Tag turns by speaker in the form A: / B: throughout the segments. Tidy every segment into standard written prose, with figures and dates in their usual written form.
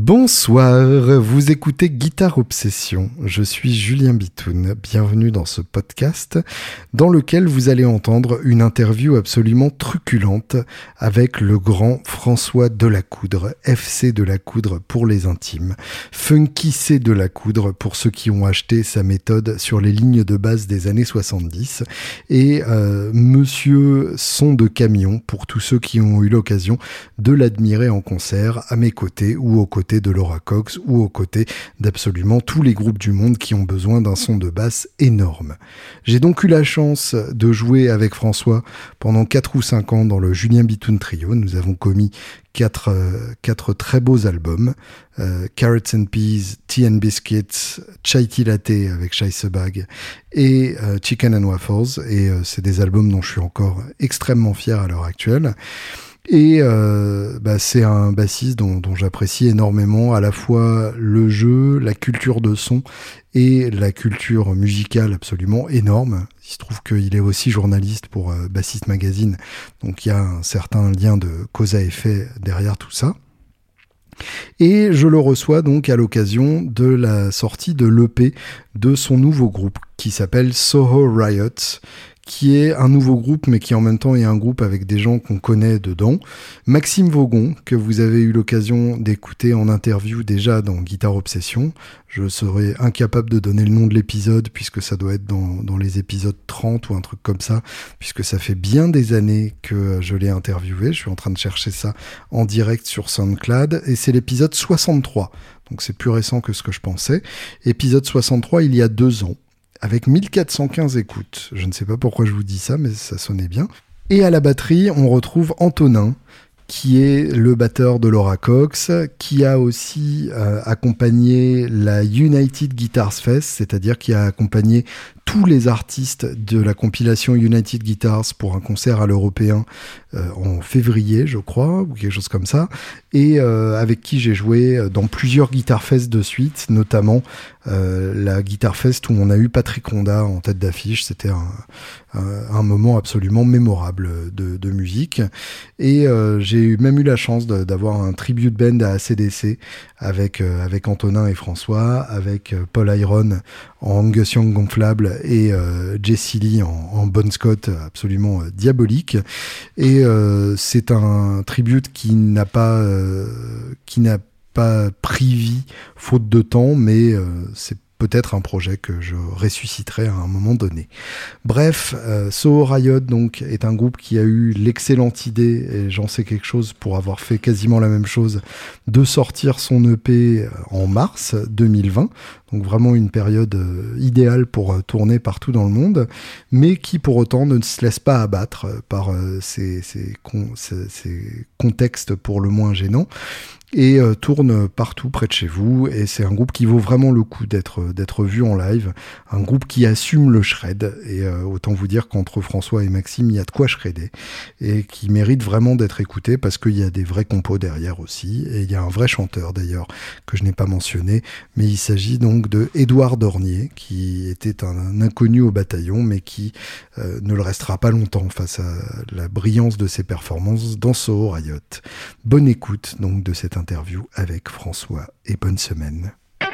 A: Bonsoir, vous écoutez Guitare Obsession, je suis Julien Bitoun, bienvenue dans ce podcast dans lequel vous allez entendre une interview absolument truculente avec le grand François Delacoudre, FC Delacoudre pour les intimes, Funky C Delacoudre pour ceux qui ont acheté sa méthode sur les lignes de base des années 70 et Monsieur Son de Camion pour tous ceux qui ont eu l'occasion de l'admirer en concert à mes côtés ou aux côtés de Laura Cox ou aux côtés d'absolument tous les groupes du monde qui ont besoin d'un son de basse énorme. J'ai donc eu la chance de jouer avec François pendant 4 ou 5 ans dans le Julien Bitoun Trio. Nous avons commis 4 très beaux albums, Carrots and Peas, Tea and Biscuits, Chai Tea Latte avec Shai Sebag et Chicken and Waffles. Et c'est des albums dont je suis encore extrêmement fier à l'heure actuelle. Et c'est un bassiste dont j'apprécie énormément à la fois le jeu, la culture de son et la culture musicale absolument énorme. Il se trouve qu'il est aussi journaliste pour Bassiste Magazine, donc il y a un certain lien de cause à effet derrière tout ça. Et je le reçois donc à l'occasion de la sortie de l'EP de son nouveau groupe qui s'appelle Soho Riot, qui est un nouveau groupe, mais qui en même temps est un groupe avec des gens qu'on connaît dedans. Maxime Vaugon, que vous avez eu l'occasion d'écouter en interview déjà dans Guitare Obsession. Je serais incapable de donner le nom de l'épisode, puisque ça doit être dans les épisodes 30 ou un truc comme ça, puisque ça fait bien des années que je l'ai interviewé. Je suis en train de chercher ça en direct sur SoundCloud, et c'est l'épisode 63. Donc c'est plus récent que ce que je pensais. Épisode 63, il y a 2 ans. Avec 1415 écoutes. Je ne sais pas pourquoi je vous dis ça, mais ça sonnait bien. Et à la batterie, on retrouve Antonin, qui est le batteur de Laura Cox, qui a aussi accompagné la United Guitars Fest, c'est-à-dire qui a accompagné tous les artistes de la compilation United Guitars pour un concert à l'Européen en février, je crois, ou quelque chose comme ça, et avec qui j'ai joué dans plusieurs Guitar Fest de suite, notamment la Guitar Fest où on a eu Patrick Ronda en tête d'affiche. C'était un moment absolument mémorable de musique. Et j'ai même eu la chance d'avoir un tribute band à AC/DC avec Antonin et François, avec Paul Iron en Angus Young gonflable et Jesse Lee en Bon Scott absolument diabolique. Et c'est un tribute qui n'a pas pris vie faute de temps, mais c'est peut-être un projet que je ressusciterai à un moment donné. Bref, Soho Riot donc est un groupe qui a eu l'excellente idée, et j'en sais quelque chose pour avoir fait quasiment la même chose, de sortir son EP en mars 2020. Donc vraiment une période idéale pour tourner partout dans le monde, mais qui pour autant ne se laisse pas abattre par ces contextes pour le moins gênants, et tourne partout près de chez vous. Et c'est un groupe qui vaut vraiment le coup d'être vu en live, un groupe qui assume le shred, et autant vous dire qu'entre François et Maxime il y a de quoi shredder, et qui mérite vraiment d'être écouté parce qu'il y a des vrais compos derrière aussi, et il y a un vrai chanteur d'ailleurs que je n'ai pas mentionné, mais il s'agit donc de Édouard Dornier, qui était un inconnu au bataillon, mais qui ne le restera pas longtemps face à la brillance de ses performances dans Soho Riot. Bonne écoute donc de cette interview avec François, et bonne semaine.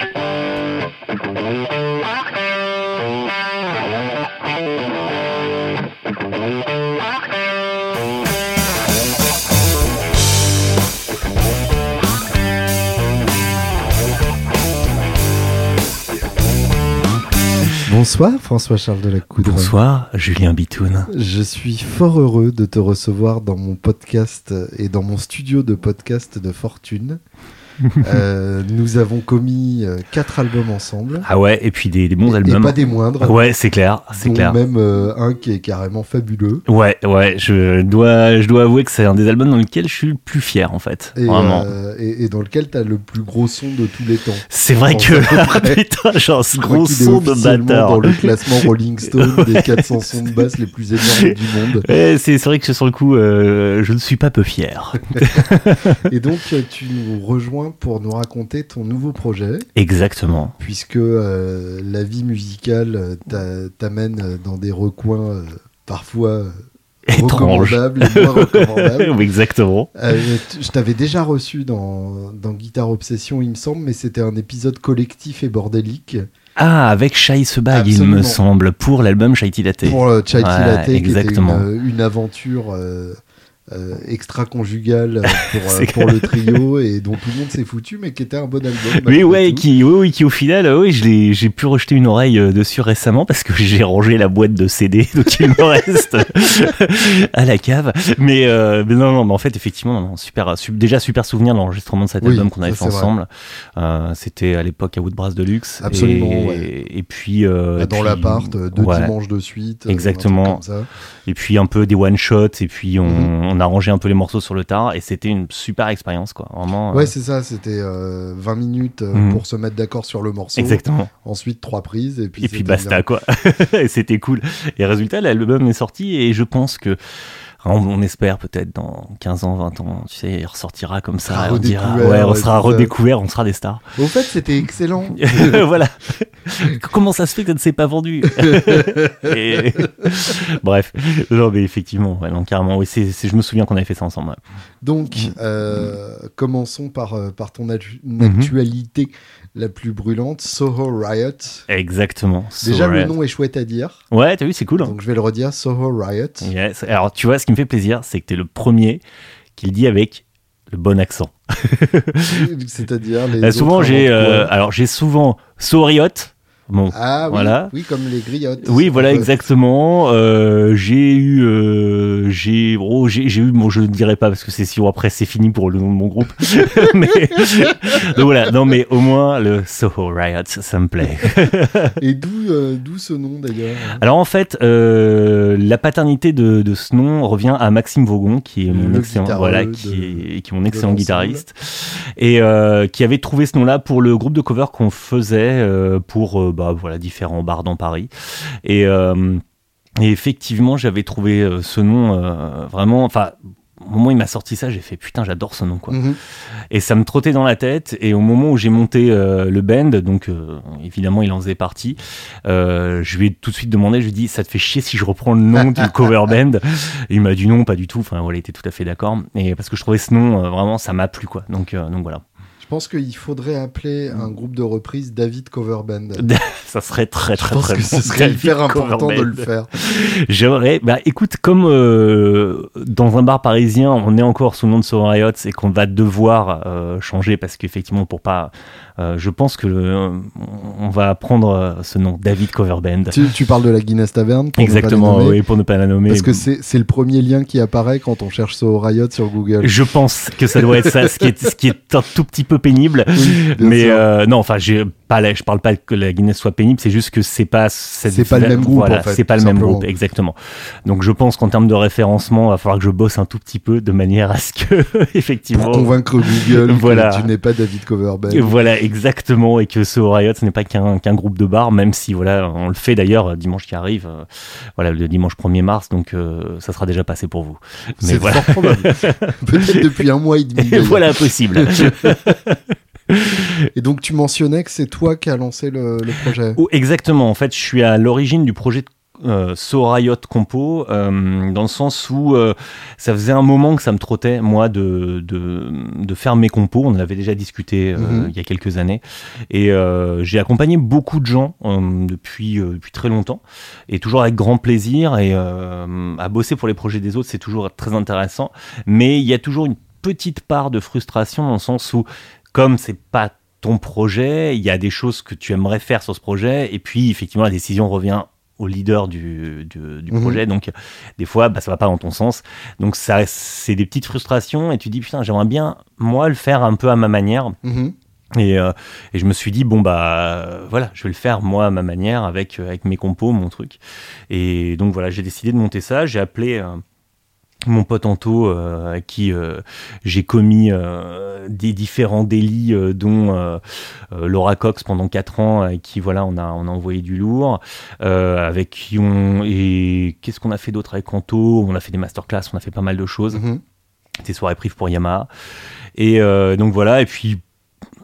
A: Bonsoir François-Charles Delacoudre.
B: Bonsoir Julien Bitoun.
A: Je suis fort heureux de te recevoir dans mon podcast et dans mon studio de podcast de fortune. Nous avons commis 4 albums ensemble.
B: Ah ouais, et puis des bons albums.
A: Et pas des moindres.
B: Ouais, c'est clair, c'est clair.
A: Même un qui est carrément fabuleux.
B: Ouais, je dois avouer que c'est un des albums dans lequel je suis le plus fier en fait.
A: Et,
B: vraiment.
A: Et dans lequel t'as le plus gros son de tous les temps.
B: C'est vrai que putain, genre ce gros son de batteur.
A: Dans le classement Rolling Stone des 400 sons de basse les plus énormes du monde.
B: Et c'est vrai que sur le coup, je ne suis pas peu fier.
A: Et donc tu nous rejoins pour nous raconter ton nouveau projet.
B: Exactement.
A: Puisque la vie musicale t'amène dans des recoins parfois
B: étrange.
A: Recommandable et moins recommandable.
B: Oui, exactement.
A: Je t'avais déjà reçu dans Guitare Obsession, il me semble, mais c'était un épisode collectif et bordélique.
B: Ah, avec Shai Sebag, il me semble, pour l'album Chai Latte.
A: Pour Chai Latte,
B: exactement.
A: Qui était une aventure extra-conjugale pour le trio et dont tout le monde s'est foutu, mais qui était un bon album.
B: Mais ouais, qui au final, j'ai pu rejeter une oreille dessus récemment parce que j'ai rangé la boîte de CD, donc il me reste à la cave. Mais non, mais en fait, effectivement, déjà super souvenir de l'enregistrement de cet album qu'on avait fait ensemble. C'était à l'époque à Woodbrass Deluxe.
A: Absolument,
B: et puis
A: dans l'appart, 2 dimanches de suite.
B: Exactement.
A: Comme ça.
B: Et puis un peu des one-shots, et puis on a rangé un peu les morceaux sur le tard, et c'était une super expérience, quoi. Vraiment.
A: Ouais, c'est ça, c'était 20 minutes pour se mettre d'accord sur le morceau.
B: Exactement.
A: Ensuite, 3 prises, et puis
B: basta,
A: bien.
B: Quoi. Et c'était cool. Et résultat, l'album est sorti, et je pense que on espère peut-être dans 15 ans, 20 ans, tu sais, il ressortira comme ça, on dira, on sera redécouvert, on sera des stars.
A: Au fait, c'était excellent.
B: Voilà. Comment ça se fait que ça ne s'est pas vendu? Bref, non, mais effectivement, non, carrément, oui, je me souviens qu'on avait fait ça ensemble. Ouais.
A: Donc, commençons par ton actualité la plus brûlante, Soho Riot.
B: Exactement.
A: Déjà, le nom est chouette à dire.
B: Ouais, t'as vu, c'est cool.
A: Donc, je vais le redire, Soho Riot.
B: Yes. Alors, tu vois, ce qui me fait plaisir, c'est que t'es le premier qui le dit avec le bon accent.
A: C'est-à-dire les
B: souvent, j'ai souvent Soho Riot. Bon,
A: ah oui,
B: voilà.
A: Oui, comme les griottes.
B: Oui, voilà, exactement. J'ai eu, bon, je ne dirais pas parce que c'est sûr après c'est fini pour le nom de mon groupe. Mais, donc voilà, non mais au moins le Soho Riot, ça me plaît.
A: Et d'où ce nom d'ailleurs?
B: Alors en fait, la paternité de ce nom revient à Maxime Vaugon, qui est mon excellent, qui est mon excellent guitariste, et qui avait trouvé ce nom-là pour le groupe de cover qu'on faisait pour différents bars dans Paris. Et effectivement, j'avais trouvé ce nom vraiment... Enfin, au moment où il m'a sorti ça, j'ai fait putain, j'adore ce nom, quoi. Mm-hmm. Et ça me trottait dans la tête. Et au moment où j'ai monté le band, donc évidemment, il en faisait partie, je lui ai tout de suite demandé, je lui ai dit, ça te fait chier si je reprends le nom du cover band? Et il m'a dit non, pas du tout. Enfin, voilà, il était tout à fait d'accord. Et parce que je trouvais ce nom, vraiment, ça m'a plu, quoi. Donc voilà.
A: Je pense qu'il faudrait appeler un groupe de reprise David Cover Band.
B: Ça serait très
A: Je pense que ce serait hyper important de le faire.
B: J'aimerais, écoute, comme dans un bar parisien, on est encore sous le nom de Soho Riot et qu'on va devoir changer parce qu'effectivement, pour pas... je pense que on va prendre ce nom, David Cover Band.
A: Tu parles de la Guinness Taverne pour
B: exactement,
A: ne pas
B: oui, pour ne pas la nommer.
A: Parce que c'est le premier lien qui apparaît quand on cherche Soho Riot sur Google.
B: Je pense que ça doit être ça, ce qui est un tout petit peu pénible. Oui, mais non, enfin, je parle pas que la Guinness soit pénible, c'est juste que c'est pas
A: le même groupe,
B: voilà,
A: en fait.
B: C'est pas le même groupe, exactement. Donc je pense qu'en termes de référencement, il va falloir que je bosse un tout petit peu de manière à ce que, effectivement.
A: Pour convaincre Google
B: voilà.
A: que tu n'es pas David Cover Band.
B: Voilà, exactement, et que Soho Riot, ce n'est pas qu'un groupe de bar, même si, voilà, on le fait d'ailleurs dimanche qui arrive, voilà, le dimanche 1er mars, donc ça sera déjà passé pour vous.
A: C'est fort probable. Peut-être depuis un mois et demi.
B: Voilà, possible.
A: Et donc tu mentionnais que c'est toi qui as lancé le projet.
B: Oh, exactement, en fait je suis à l'origine du projet Soho Riot Compo, dans le sens où ça faisait un moment que ça me trottait, moi, de faire mes compos. On en avait déjà discuté il y a quelques années. Et j'ai accompagné beaucoup de gens depuis très longtemps, et toujours avec grand plaisir. Et à bosser pour les projets des autres, c'est toujours très intéressant. Mais il y a toujours une petite part de frustration, dans le sens où, comme c'est pas ton projet, il y a des choses que tu aimerais faire sur ce projet, et puis effectivement la décision revient au leader du projet, donc des fois ça va pas dans ton sens, donc ça, c'est des petites frustrations, et tu dis putain, j'aimerais bien moi le faire un peu à ma manière. Et je me suis dit voilà, je vais le faire moi à ma manière, avec mes compos, mon truc. Et donc voilà, j'ai décidé de monter ça. J'ai appelé mon pote Anto, à qui j'ai commis des différents délits, dont Laura Cox pendant 4 ans, avec qui voilà, on a envoyé du lourd, avec qui et qu'est-ce qu'on a fait d'autre avec Anto? On a fait des masterclass, on a fait pas mal de choses, des soirées prives pour Yamaha, et donc voilà. Et puis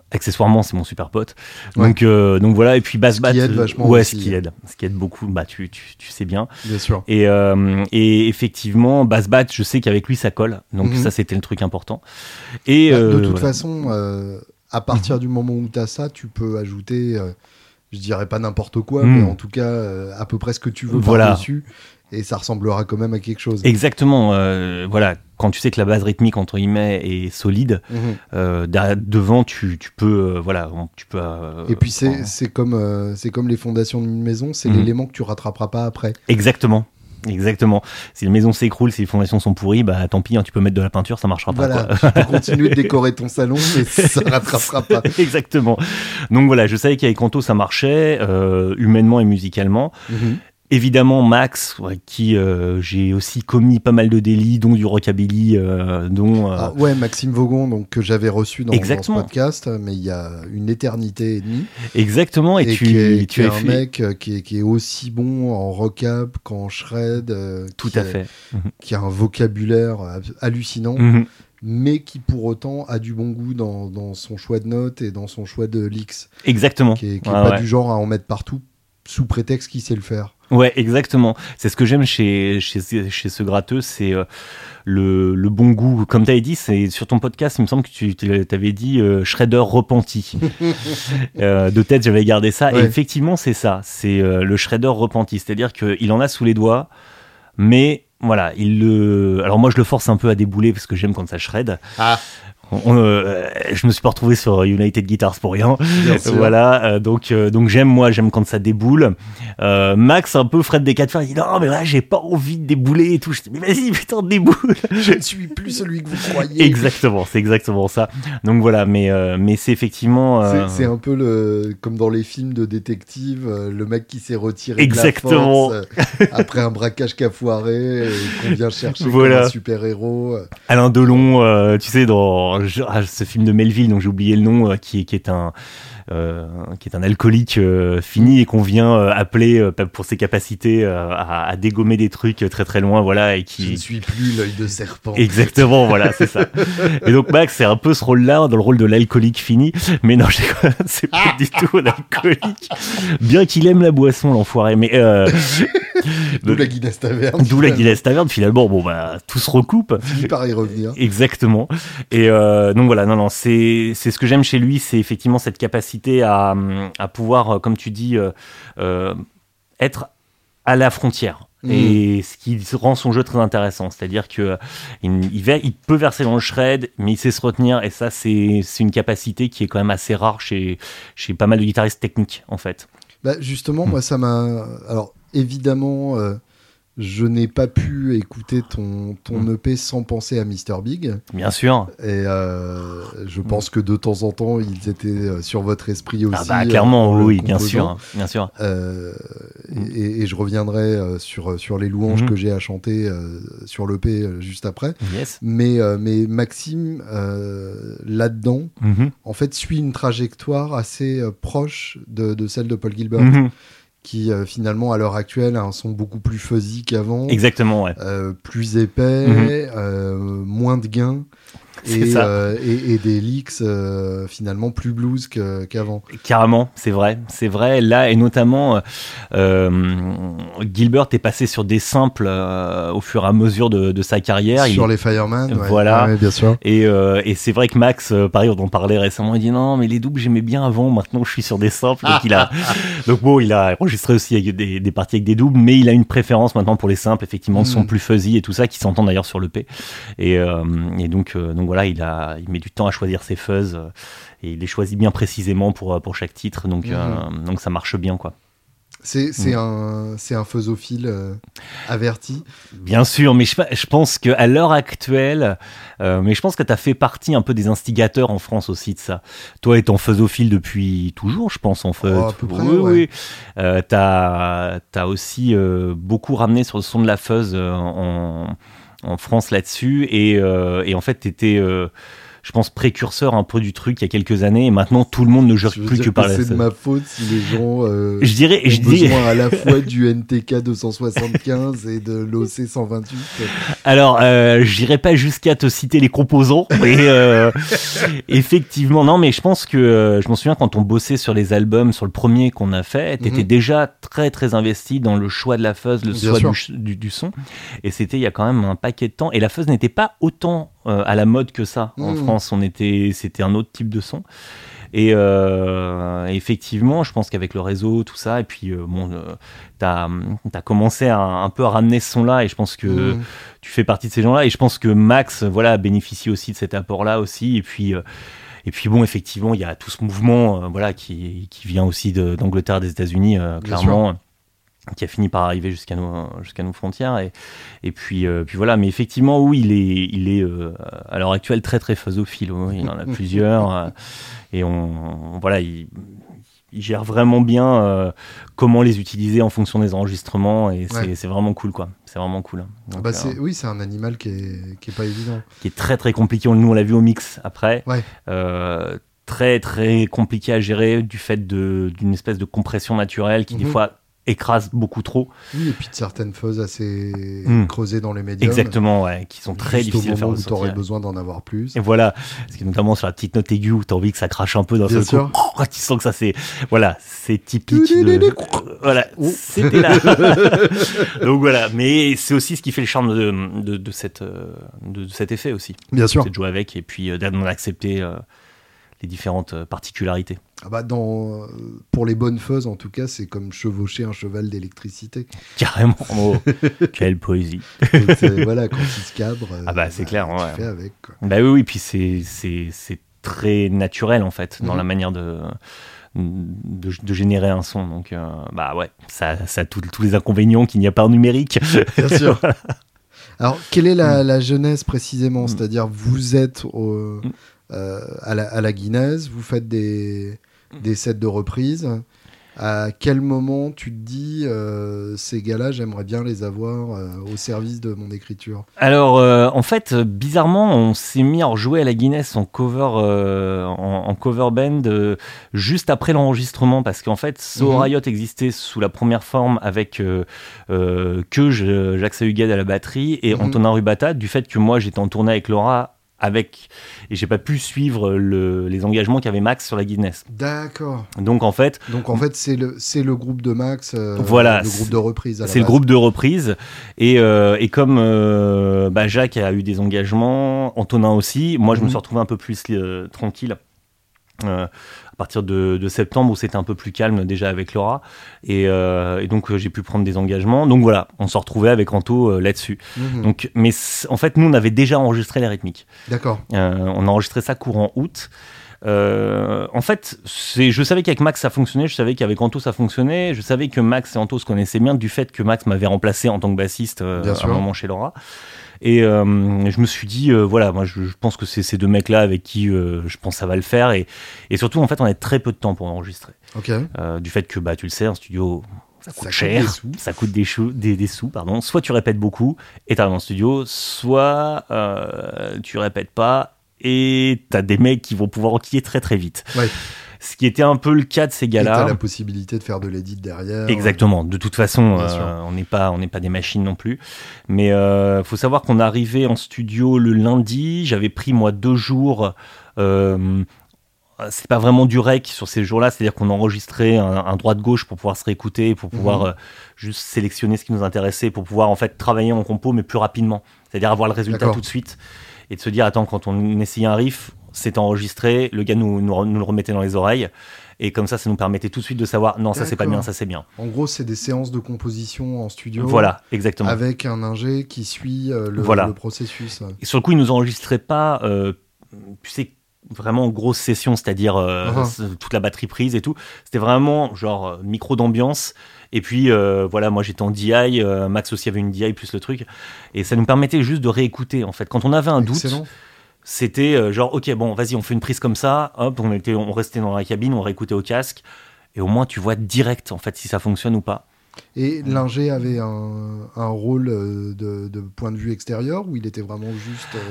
B: accessoirement c'est mon super pote. Donc voilà, et puis Bass Bat,
A: ce qui aide vachement
B: ce qui aide beaucoup, tu sais bien.
A: Bien sûr.
B: Et effectivement Bass Bat, je sais qu'avec lui ça colle, donc ça c'était le truc important. Et
A: de toute façon, à partir du moment où tu as ça, tu peux ajouter, je dirais pas n'importe quoi, mais en tout cas à peu près ce que tu veux par-dessus, et ça ressemblera quand même à quelque chose.
B: Exactement, voilà. Quand tu sais que la base rythmique entre guillemets est solide, devant tu peux tu peux.
A: Et puis c'est comme les fondations d'une maison, c'est l'élément que tu rattraperas pas après.
B: Exactement. Si la maison s'écroule, si les fondations sont pourries, bah tant pis, tu peux mettre de la peinture, ça marchera pas.
A: Voilà, tu peux continuer de décorer ton salon, mais ça rattrapera pas.
B: Exactement. Donc voilà, je savais qu'avec Anto ça marchait, humainement et musicalement. Évidemment Max, qui j'ai aussi commis pas mal de délits, dont du rockabilly,
A: Maxime Vaugon, donc que j'avais reçu dans ce podcast, mais il y a une éternité et demie.
B: Exactement, et
A: tu es un mec qui est aussi bon en rockab qu'en shred,
B: tout à fait,
A: qui a un vocabulaire hallucinant. Mais qui pour autant a du bon goût dans son choix de notes et dans son choix de licks.
B: Exactement.
A: Qui est pas du genre à en mettre partout sous prétexte qu'il sait le faire.
B: Ouais, exactement. C'est ce que j'aime chez ce gratteux, c'est le bon goût. Comme tu avais dit, c'est sur ton podcast, il me semble que tu avais dit shredder repenti. De tête, j'avais gardé ça. Ouais. Et effectivement, c'est ça. C'est le shredder repenti. C'est-à-dire qu'il en a sous les doigts, mais voilà, alors moi, je le force un peu à débouler parce que j'aime quand ça shred. Je me suis pas retrouvé sur United Guitars pour rien. Voilà, donc j'aime quand ça déboule. Max un peu Fred des 4 fers, il dit non mais là j'ai pas envie de débouler et tout. Je dis mais vas-y putain déboule.
A: Je ne suis plus celui que vous croyez.
B: Exactement, c'est exactement ça. Donc voilà, mais c'est effectivement
A: c'est un peu comme dans les films de détective, le mec qui s'est retiré
B: exactement.
A: de la force après un braquage qui a foiré et qu'on vient chercher comme un super héros.
B: Alain Delon, tu sais dans ce film de Melville dont j'ai oublié le nom, qui est un alcoolique fini et qu'on vient appeler pour ses capacités à dégommer des trucs très très loin, voilà, et qui
A: je ne suis plus l'œil de serpent.
B: Exactement, voilà, c'est ça. Et donc Max c'est un peu ce rôle-là, dans le rôle de l'alcoolique fini, mais non, c'est pas du tout un alcoolique, bien qu'il aime la boisson, l'enfoiré, mais
A: d'où la Guinness Taverne.
B: D'où la Guinness Taverne, finalement, tout se recoupe.
A: Finit par y revenir.
B: Exactement. Et donc voilà, c'est ce que j'aime chez lui, c'est effectivement cette capacité à pouvoir, comme tu dis, être à la frontière. Et ce qui rend son jeu très intéressant, c'est-à-dire que il peut verser dans le shred, mais il sait se retenir, et ça c'est une capacité qui est quand même assez rare chez pas mal de guitaristes techniques en fait.
A: Justement, moi ça m'a... Alors évidemment, je n'ai pas pu écouter ton EP sans penser à Mr. Big.
B: Bien sûr.
A: Et je pense que de temps en temps, ils étaient sur votre esprit aussi.
B: Clairement, oui, bien sûr.
A: Et je reviendrai sur les louanges que j'ai à chanter sur l'EP juste après.
B: Yes.
A: Mais Maxime, là-dedans, en fait, suit une trajectoire assez proche de celle de Paul Gilbert. Qui finalement à l'heure actuelle sont beaucoup plus fuzzy qu'avant.
B: Exactement, ouais.
A: Plus épais, moins de gains. Et des licks finalement plus blues qu'avant.
B: Carrément, c'est vrai. Là, et notamment, Gilbert est passé sur des simples au fur et à mesure de sa carrière.
A: Sur les Fireman,
B: voilà.
A: Ouais, bien sûr.
B: Et c'est vrai que Max, pareil, on en parlait récemment, il dit non, mais les doubles j'aimais bien avant, maintenant je suis sur des simples. Donc il a enregistré aussi avec des parties avec des doubles, mais il a une préférence maintenant pour les simples, effectivement, sont plus fuzzy et tout ça, qui s'entend d'ailleurs sur l'EP. Et donc voilà, il met du temps à choisir ses fuzz et il les choisit bien précisément pour chaque titre, donc ça marche bien, quoi.
A: C'est un fuzzophile averti.
B: Bien sûr, mais je pense qu'à l'heure actuelle, mais je pense que tu as fait partie un peu des instigateurs en France aussi de ça. Toi étant fuzzophile depuis toujours, je pense, en fait.
A: À peu près, oui.
B: T'as aussi beaucoup ramené sur le son de la fuzz en France là-dessus, et en fait t'étais je pense, précurseur un peu du truc il y a quelques années. Et maintenant, tout le monde ne jure plus que par la
A: C'est
B: SSD.
A: de ma faute si les gens
B: Je dirais,
A: ont besoin à la fois du NTK 275 et de l'OC 128.
B: Alors, j'irai pas jusqu'à te citer les composants, mais effectivement, non, mais je pense que je m'en souviens quand on bossait sur les albums, sur le premier qu'on a fait, t'étais déjà très très investi dans le choix de la fuzz, le choix du son, et c'était il y a quand même un paquet de temps. Et la fuzz n'était pas autant à la mode que ça en France. C'était un autre type de son. Et effectivement, je pense qu'avec le réseau, tout ça, et puis t'as commencé un peu à ramener ce son-là, et je pense que tu fais partie de ces gens-là, et je pense que Max, voilà, bénéficie aussi de cet apport-là aussi, et puis bon, effectivement, il y a tout ce mouvement, voilà, qui vient aussi d'Angleterre, des États-Unis, clairement. Qui a fini par arriver jusqu'à nos frontières, et puis voilà. Mais effectivement, oui, il est à l'heure actuelle très très phassophile. Oui, il en a plusieurs, et voilà, il gère vraiment bien comment les utiliser en fonction des enregistrements, et c'est vraiment cool, quoi. C'est vraiment cool. Donc,
A: oui, c'est un animal qui est pas évident,
B: qui est très très compliqué. Nous, on l'a vu au mix après.
A: Ouais.
B: Très très compliqué à gérer du fait d'une espèce de compression naturelle qui des fois écrase beaucoup trop.
A: Oui, et puis de certaines fuzz assez creusées dans les médiums.
B: Exactement, ouais, qui sont très difficiles à faire ressortir.
A: Où tu aurais besoin d'en avoir plus.
B: Et voilà, parce que notamment sur la petite note aiguë où tu as envie que ça crache un peu d'un seul coup. Tu sens que ça c'est... Voilà, c'est typique de... Voilà, c'était là. Donc voilà, mais c'est aussi ce qui fait le charme de cet effet aussi.
A: Bien sûr.
B: C'est de jouer avec et puis d'en accepter les différentes particularités.
A: Pour les bonnes fuzz, en tout cas, c'est comme chevaucher un cheval d'électricité.
B: Carrément. Oh, quelle poésie.
A: Donc, voilà, quand il se cabre,
B: c'est clair.
A: tu fais avec, quoi.
B: Oui, puis c'est très naturel, en fait, dans la manière de générer un son. Donc, ça a tous les inconvénients qu'il n'y a pas en numérique.
A: Bien sûr. Voilà. Alors, quelle est la genèse précisément ? C'est-à-dire, vous êtes à la Guinness, vous faites des sets de reprises. À quel moment tu te dis ces gars-là, j'aimerais bien les avoir au service de mon écriture ?
B: Alors, en fait, bizarrement, on s'est mis à rejouer à la Guinness en cover band juste après l'enregistrement, parce qu'en fait, So Riot existait sous la première forme avec Jacques Sahugued à la batterie et Antonin Rubata, du fait que moi j'étais en tournée avec Laura. Et j'ai pas pu suivre les engagements qu'avait Max sur la Guinness.
A: D'accord.
B: Donc en fait,
A: c'est le groupe de Max,
B: voilà,
A: le groupe de reprise.
B: C'est le groupe de reprise. Et comme Jacques a eu des engagements, Antonin aussi, moi je me suis retrouvé un peu plus tranquille. À partir de septembre où c'était un peu plus calme déjà avec Laura et donc j'ai pu prendre des engagements, donc voilà, on s'est retrouvé avec Anto là-dessus. Donc, mais en fait nous on avait déjà enregistré les rythmiques.
A: D'accord.
B: On a enregistré ça courant août. En fait, je savais qu'avec Max ça fonctionnait, je savais qu'avec Anto ça fonctionnait, je savais que Max et Anto se connaissaient bien du fait que Max m'avait remplacé en tant que bassiste à un moment chez Laura. Et je me suis dit, voilà, moi je pense que c'est ces deux mecs-là avec qui je pense que ça va le faire. Et surtout, en fait, on a très peu de temps pour enregistrer.
A: Okay.
B: Du fait que, tu le sais, un studio, ça coûte cher, ça coûte des sous, pardon. Soit tu répètes beaucoup et t'arrives en studio, soit tu répètes pas et t'as des mecs qui vont pouvoir enquiller très très vite.
A: Ouais.
B: Ce qui était un peu le cas de ces gars-là.
A: Et t'as la possibilité de faire de l'édit derrière.
B: Exactement. De toute façon, on n'est pas des machines non plus. Mais faut savoir qu'on est arrivé en studio le lundi. J'avais pris moi 2 jours. C'est pas vraiment du rec sur ces jours-là. C'est-à-dire qu'on enregistrait un droite-gauche pour pouvoir se réécouter, pour pouvoir juste sélectionner ce qui nous intéressait, pour pouvoir en fait travailler en compo, mais plus rapidement. C'est-à-dire avoir le résultat tout de suite et de se dire attends, quand on essayait un riff, c'est enregistré, le gars nous le remettait dans les oreilles et comme ça nous permettait tout de suite de savoir non, ça c'est pas bien, ça c'est bien.
A: En gros, c'est des séances de composition en studio.
B: Voilà, exactement.
A: Avec un ingé qui suit le processus. Et
B: sur le coup, il nous enregistrait pas, tu sais, vraiment grosse session, c'est-à-dire toute la batterie prise et tout. C'était vraiment genre micro d'ambiance. Et puis voilà, moi j'étais en DI, Max aussi avait une DI plus le truc, et ça nous permettait juste de réécouter en fait. Quand on avait un doute, c'était genre ok bon vas-y on fait une prise comme ça, hop on restait dans la cabine, on réécoutait au casque, et au moins tu vois direct en fait si ça fonctionne ou pas.
A: Et l'ingé avait un rôle de point de vue extérieur, ou il était vraiment juste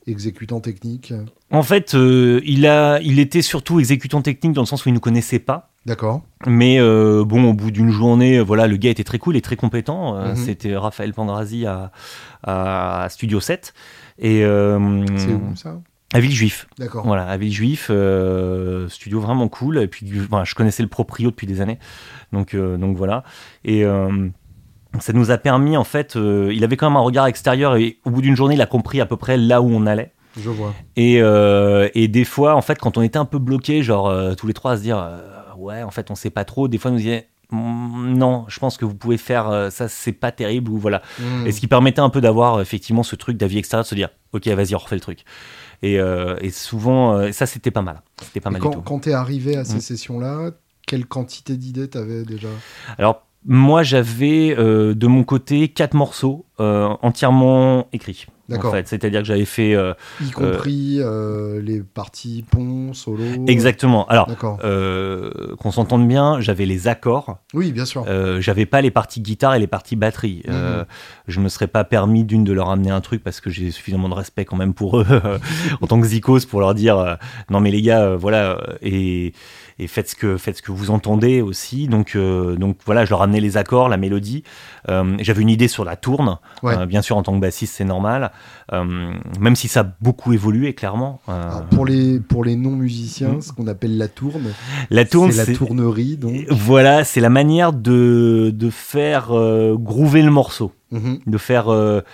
A: exécutant technique?
B: En fait, il était surtout exécutant technique dans le sens où il ne nous connaissait pas.
A: D'accord.
B: Mais bon, au bout d'une journée, voilà, le gars était très cool et très compétent. C'était Raphaël Pandrazi à Studio 7. Et,
A: c'est où ça?
B: À Villejuif.
A: D'accord.
B: Voilà, à Villejuif, studio vraiment cool. Et puis, voilà, je connaissais le proprio depuis des années. Donc voilà. Et ça nous a permis, en fait, il avait quand même un regard extérieur et au bout d'une journée, il a compris à peu près là où on allait.
A: Je vois.
B: Et des fois, en fait, quand on était un peu bloqué, genre tous les trois à se dire ouais, en fait, on sait pas trop, des fois, il nous disait non, je pense que vous pouvez faire ça, c'est pas terrible, ou voilà. Et ce qui permettait un peu d'avoir effectivement ce truc d'avis extérieur, de se dire ok, vas-y, on refait le truc. Et souvent, ça, c'était pas mal. C'était pas mal du tout.
A: Quand t'es arrivé à ces sessions-là, quelle quantité d'idées t'avais déjà?
B: Alors, moi, j'avais de mon côté 4 morceaux entièrement écrits.
A: D'accord.
B: En fait. C'est-à-dire que j'avais fait...
A: y compris les parties pont, solo.
B: Exactement. Alors,
A: D'accord.
B: qu'on s'entende bien, j'avais les accords.
A: Oui, bien sûr.
B: J'avais pas les parties guitare et les parties batterie. Je me serais pas permis de leur amener un truc parce que j'ai suffisamment de respect quand même pour eux en tant que zikos pour leur dire non mais les gars, voilà, et faites ce que vous entendez aussi. Donc voilà, je leur amenais les accords, la mélodie. J'avais une idée sur la tourne.
A: Ouais.
B: Bien sûr, en tant que bassiste, c'est normal. Même si ça a beaucoup évolué, clairement.
A: Alors, pour les non-musiciens, ce qu'on appelle la tourne, c'est la tournerie. Donc.
B: Voilà, c'est la manière de faire groover le morceau. De faire...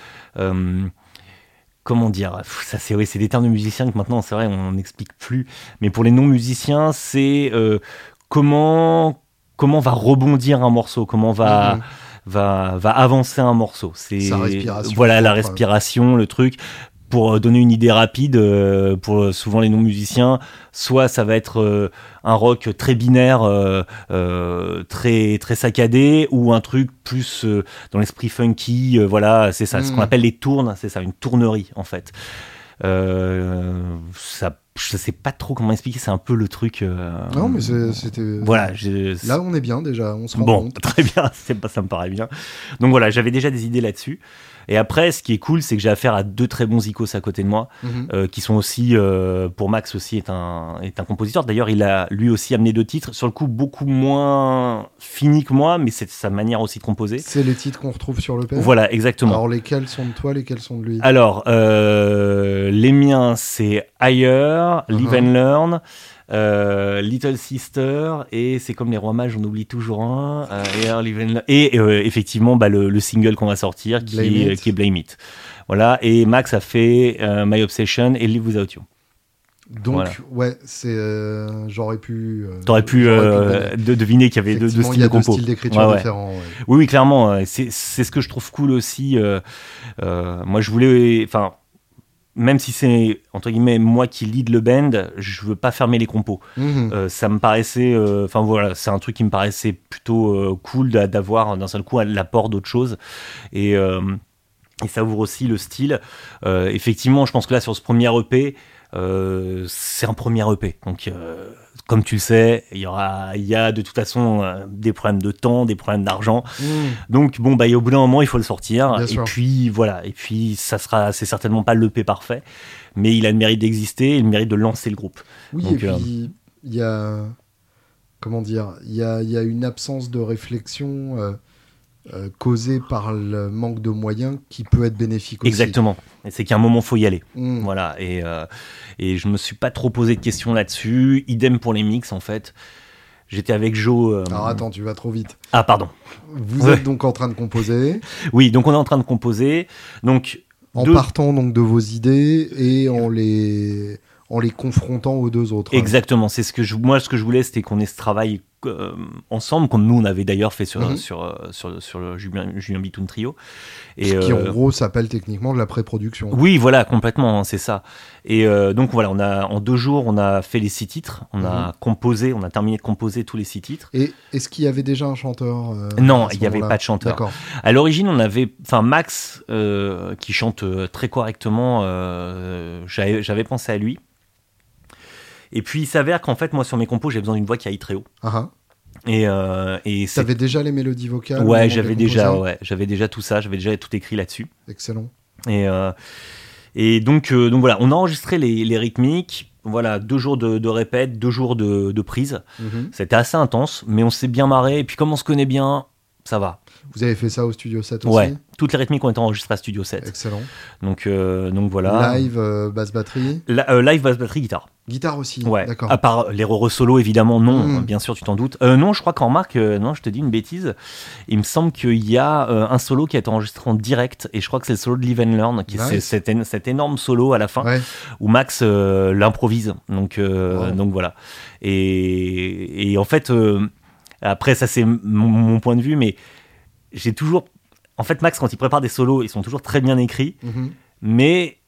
B: comment dire, ça c'est des termes de musiciens que maintenant, c'est vrai, on n'explique plus. Mais pour les non-musiciens, c'est comment va rebondir un morceau, comment va avancer un morceau. C'est
A: sa respiration.
B: Voilà, la respiration, le truc. Pour donner une idée rapide, pour souvent les non-musiciens, soit ça va être un rock très binaire, très, très saccadé, ou un truc plus dans l'esprit funky, voilà, c'est ça, ce qu'on appelle les tournes, c'est ça, une tournerie en fait. Ça, je sais pas trop comment expliquer, c'est un peu le truc...
A: Non, mais c'était...
B: Voilà,
A: là, on est bien déjà, on se rend
B: bon,
A: compte.
B: Très bien, ça me paraît bien. Donc voilà, j'avais déjà des idées là-dessus. Et après, ce qui est cool, c'est que j'ai affaire à 2 très bons icos à côté de moi, qui sont aussi, pour Max aussi, est un compositeur. D'ailleurs, il a lui aussi amené 2 titres, sur le coup beaucoup moins finis que moi, mais c'est sa manière aussi de composer.
A: C'est les titres qu'on retrouve sur le l'EP.
B: Voilà, exactement.
A: Alors lesquels sont de toi, lesquels sont de lui?
B: Alors, les miens, c'est Higher, Live and Learn, Little Sister, et c'est comme les Rois Mages, on oublie toujours un, et effectivement le single qu'on va sortir qui est Blame It. Voilà, et Max a fait My Obsession et Live Without You.
A: Donc voilà. Ouais, c'est j'aurais pu
B: t'aurais pu deviner qu'il y avait 2 styles de compo.
A: 2 styles d'écriture différents. Ouais.
B: Oui, clairement, c'est ce que je trouve cool aussi. Moi, je voulais, enfin, même si c'est entre guillemets moi qui lead le band, je veux pas fermer les compos. Ça me paraissait, enfin voilà, c'est un truc qui me paraissait plutôt cool d'avoir d'un seul coup l'apport d'autre chose, et ça ouvre aussi le style. Effectivement, je pense que là sur ce premier EP, c'est un premier EP, donc comme tu le sais, il y a de toute façon des problèmes de temps, des problèmes d'argent. Donc bon, au bout d'un moment, il faut le sortir.
A: Bien
B: et
A: sûr.
B: puis voilà. Et puis c'est certainement pas l'EP parfait, mais il a le mérite d'exister, et le mérite de lancer le groupe.
A: Oui, donc, et puis il y a, comment dire, il y a une absence de réflexion causée par le manque de moyens qui peut être bénéfique aussi.
B: Exactement. Et c'est qu'à un moment, faut y aller. Voilà. Et je me suis pas trop posé de questions là-dessus. Idem pour les mix, en fait. J'étais avec Joe.
A: Alors attends, tu vas trop vite.
B: Ah, pardon.
A: Vous êtes donc en train de composer.
B: Oui, donc on est en train de composer. Donc
A: en partant donc de vos idées et en les confrontant aux 2 autres.
B: Exactement. C'est ce que je voulais, c'était qu'on ait ce travail ensemble, comme nous on avait d'ailleurs fait sur le Julien Bitoun Trio, et
A: qui en gros s'appelle techniquement de la pré-production.
B: Oui, voilà, complètement, c'est ça. Et donc voilà, en 2 jours on a fait les 6 titres, on a terminé de composer tous les 6 titres.
A: Et est-ce qu'il y avait déjà un chanteur
B: Non, il n'y avait pas de chanteur.
A: D'accord.
B: À l'origine, on avait, Max qui chante très correctement. J'avais pensé à lui. Et puis il s'avère qu'en fait, moi sur mes compos, j'ai besoin d'une voix qui aille très haut. Et
A: t'avais déjà les mélodies vocales?
B: Ouais, j'avais déjà tout ça, j'avais déjà tout écrit là-dessus.
A: Excellent.
B: Et Et donc voilà, on a enregistré les rythmiques. Voilà, 2 jours de répète, 2 jours de prise. C'était assez intense, mais on s'est bien marré. Et puis comme on se connaît bien, ça va.
A: Vous avez fait ça au Studio 7 aussi?
B: Ouais, toutes les rythmiques ont été enregistrées à Studio 7.
A: Excellent.
B: Donc voilà.
A: Live, basse batterie?
B: Live, basse batterie, guitare.
A: Guitare aussi,
B: ouais.
A: D'accord.
B: À part les re-solo, évidemment, non, bien sûr, tu t'en doutes. Non, je crois qu'en Marc, non, je te dis une bêtise. Il me semble qu'il y a un solo qui a été enregistré en direct, et je crois que c'est le solo de Live and Learn, qui est cet énorme solo à la fin, où Max l'improvise. Donc voilà. Et en fait, après, ça c'est mon point de vue, mais j'ai toujours... En fait, Max, quand il prépare des solos, ils sont toujours très bien écrits, mais...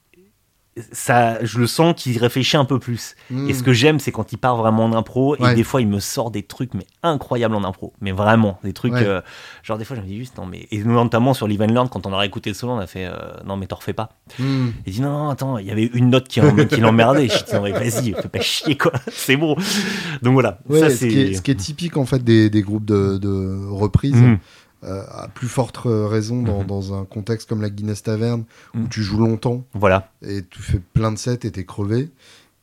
B: ça, je le sens qu'il réfléchit un peu plus. Et ce que j'aime, c'est quand il part vraiment en impro. Et des fois, il me sort des trucs mais incroyables en impro. Mais vraiment, des trucs... genre, des fois, je me dis juste, non, mais... Et notamment sur Live and Learn, quand on a réécouté le solo, on a fait, non, mais t'en refais pas. Il dit, non, attends, il y avait une note qui l'emmerdait. Je dis, non, mais vas-y, fais pas chier, quoi. C'est bon. Donc voilà.
A: Ouais,
B: ça,
A: ce qui est typique, en fait, des groupes de reprises... à plus forte raison dans un contexte comme la Guinness Taverne où tu joues longtemps et tu fais plein de sets et t'es crevé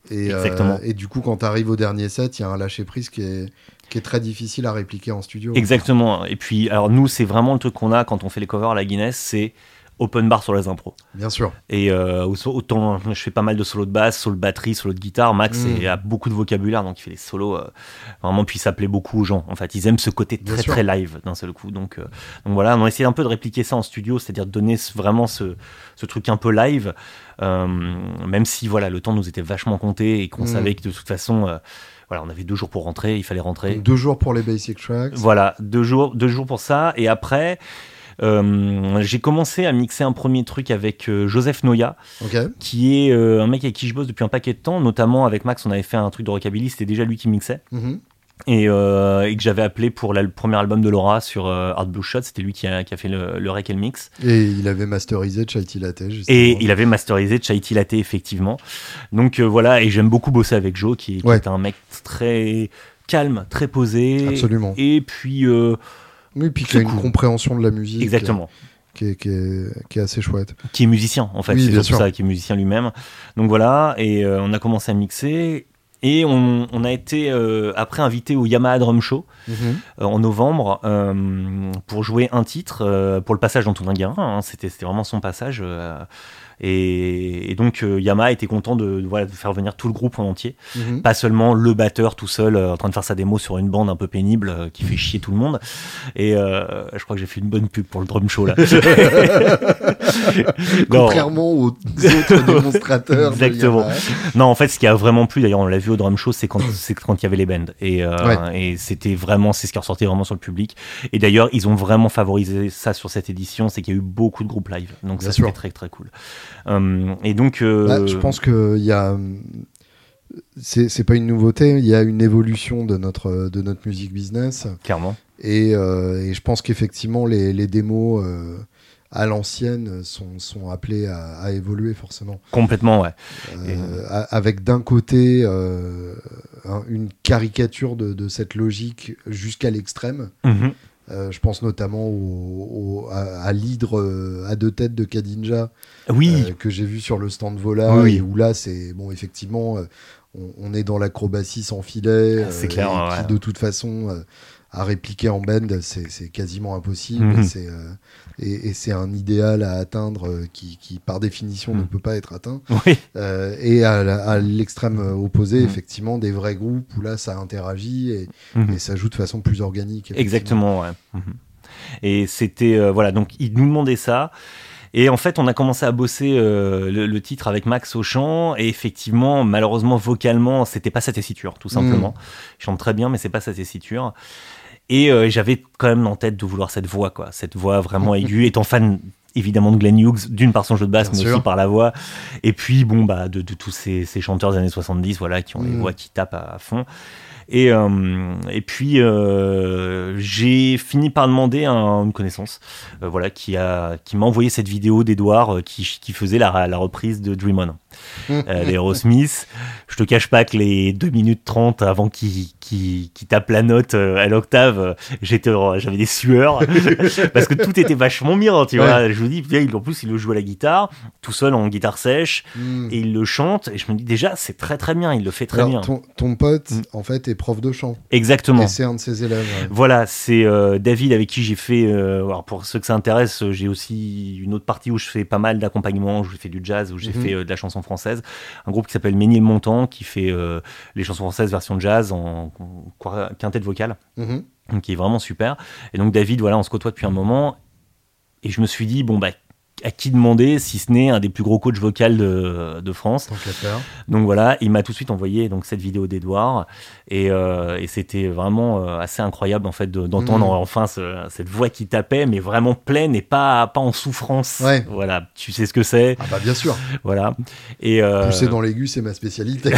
A: et du coup quand t'arrives au dernier set il y a un lâcher prise qui est très difficile à répliquer en studio.
B: Exactement. Et puis alors nous c'est vraiment le truc qu'on a quand on fait les covers à la Guinness, c'est open bar sur les impros.
A: Bien sûr.
B: Et autant je fais pas mal de solos de basse, solos de batterie, solos de guitare. Max a beaucoup de vocabulaire, donc il fait des solos vraiment, puis ça plaît beaucoup aux gens. En fait, ils aiment ce côté très live d'un seul coup. Donc voilà, on a essayé un peu de répliquer ça en studio, c'est-à-dire de donner vraiment ce truc un peu live, même si voilà, le temps nous était vachement compté et qu'on savait que de toute façon... voilà, on avait 2 jours pour rentrer, il fallait rentrer. Donc
A: 2 jours pour les basic tracks.
B: Voilà, 2 jours pour ça. Et après... j'ai commencé à mixer un premier truc avec Joseph Noya, qui est un mec avec qui je bosse depuis un paquet de temps, notamment avec Max on avait fait un truc de rockabilly, c'était déjà lui qui mixait. Et que j'avais appelé pour le premier album de Laura sur Hard Blue Shot, c'était lui qui a fait le rec et le mix.
A: Et il avait masterisé Chai Tea Latte justement.
B: Et il avait masterisé Chai Tea Latte effectivement. Donc voilà, et j'aime beaucoup bosser avec Joe qui est un mec très calme, très posé.
A: Absolument.
B: Et puis...
A: oui, puis qui a une compréhension de la musique.
B: Exactement.
A: Qui est assez chouette.
B: Qui est musicien, en fait.
A: Oui,
B: c'est surtout ça, qui est musicien lui-même. Donc voilà, et on a commencé à mixer. Et on a été après invité au Yamaha Drum Show en novembre pour jouer un titre pour le passage d'Antonin Guérin. C'était vraiment son passage. Et donc Yamaha était content de faire venir tout le groupe en entier, pas seulement le batteur tout seul en train de faire sa démo sur une bande un peu pénible qui fait chier tout le monde. Et je crois que j'ai fait une bonne pub pour le drum show là.
A: Contrairement aux autres démonstrateurs.
B: Exactement. Non, en fait, ce qui a vraiment plu, d'ailleurs, on l'a vu au drum show, c'est quand il y avait les bands. Et c'était vraiment, c'est ce qui ressortait vraiment sur le public. Et d'ailleurs, ils ont vraiment favorisé ça sur cette édition, c'est qu'il y a eu beaucoup de groupes live. Donc ça, c'était très très cool. Et donc,
A: je pense que il y a, c'est pas une nouveauté. Il y a une évolution de notre musique business.
B: Clairement.
A: Et je pense qu'effectivement les démos à l'ancienne sont appelés à évoluer forcément.
B: Complètement, ouais.
A: Avec d'un côté une caricature de cette logique jusqu'à l'extrême. Je pense notamment à l'hydre à 2 têtes de Kadinja, que j'ai vu sur le stand Vola, et où là c'est bon, effectivement on est dans l'acrobatie sans filet,
B: c'est clair,
A: qui de toute façon à répliquer en band c'est quasiment impossible. Et c'est un idéal à atteindre qui par définition ne peut pas être atteint. Et à l'extrême opposé, effectivement, des vrais groupes où là ça interagit et ça joue de façon plus organique.
B: Exactement, ouais. Et c'était voilà, donc ils nous demandaient ça. Et en fait, on a commencé à bosser le titre avec Max au chant, et effectivement, malheureusement, vocalement, c'était pas sa tessiture, tout simplement. Il chante très bien, mais c'est pas sa tessiture. Et j'avais quand même en tête de vouloir cette voix vraiment aiguë, étant fan évidemment de Glenn Hughes, d'une par son jeu de basse, mais aussi par la voix. Et puis bon, de tous ces chanteurs des années 70, voilà, qui ont les voix qui tapent à fond. Et puis j'ai fini par demander à une connaissance, voilà, qui m'a envoyé cette vidéo d'Edouard qui faisait la reprise de Dream On. D'Aerosmith. Je te cache pas que les 2 minutes 30 avant qu'il tape la note à l'octave, j'avais des sueurs parce que tout était vachement bien, tu vois. Je me dis, en plus il le joue à la guitare, tout seul en guitare sèche, et il le chante, et je me dis déjà c'est très très bien, il le fait très bien.
A: Ton pote en fait est prof de chant.
B: Exactement.
A: Et c'est un de ses élèves. Ouais.
B: Voilà, c'est David avec qui j'ai fait, alors pour ceux que ça intéresse, j'ai aussi une autre partie où je fais pas mal d'accompagnement, où je fais du jazz, où j'ai fait de la chanson française, un groupe qui s'appelle Ménilmontant qui fait les chansons françaises version jazz en quintette vocale, qui est vraiment super. Et donc David, voilà, on se côtoie depuis un moment, et je me suis dit bon bah à qui demander si ce n'est un des plus gros coachs vocaux de France. Donc voilà, il m'a tout de suite envoyé donc cette vidéo d'Edouard, et c'était vraiment assez incroyable en fait d'entendre enfin cette voix qui tapait, mais vraiment pleine et pas en souffrance.
A: Ouais.
B: Voilà, tu sais ce que c'est.
A: Ah bah bien sûr.
B: Voilà. Et
A: pousser dans l'aigu, c'est ma spécialité.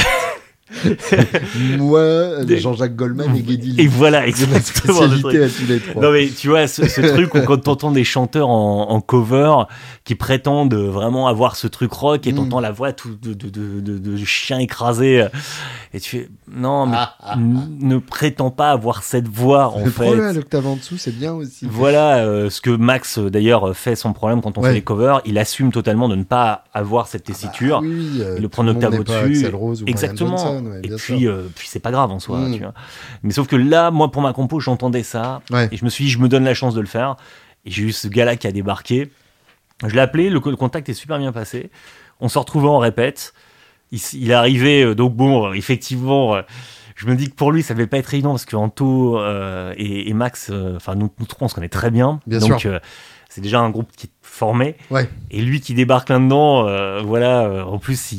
A: Moi, Jean-Jacques Goldman et Geddy Lee.
B: Et voilà, exactement.
A: Spécialité à tous les trois.
B: Non mais tu vois, ce truc où quand t'entends des chanteurs en cover qui prétendent vraiment avoir ce truc rock, et t'entends la voix tout de chien écrasé, et tu fais non mais ne prétends pas avoir cette voix en fait.
A: Prends-le à l'octave en dessous, c'est bien aussi.
B: Voilà ce que Max d'ailleurs fait son problème quand on fait les covers, il assume totalement de ne pas avoir cette tessiture.
A: Oui,
B: il le prend une octave au-dessus.
A: Exactement.
B: Johnson, et puis c'est pas grave en soi, tu vois. Mais sauf que là, moi pour ma compo, j'entendais ça, et je me suis dit, je me donne la chance de le faire. Et j'ai eu ce gars-là qui a débarqué. Je l'ai appelé, le contact est super bien passé. On se retrouvait en répète. Il est arrivé, donc bon, effectivement, je me dis que pour lui, ça devait pas être évident parce que Anto et Max, enfin nous trois, on se connaît très bien. Donc c'est déjà un groupe qui est formé. Et lui qui débarque là-dedans, voilà. En plus,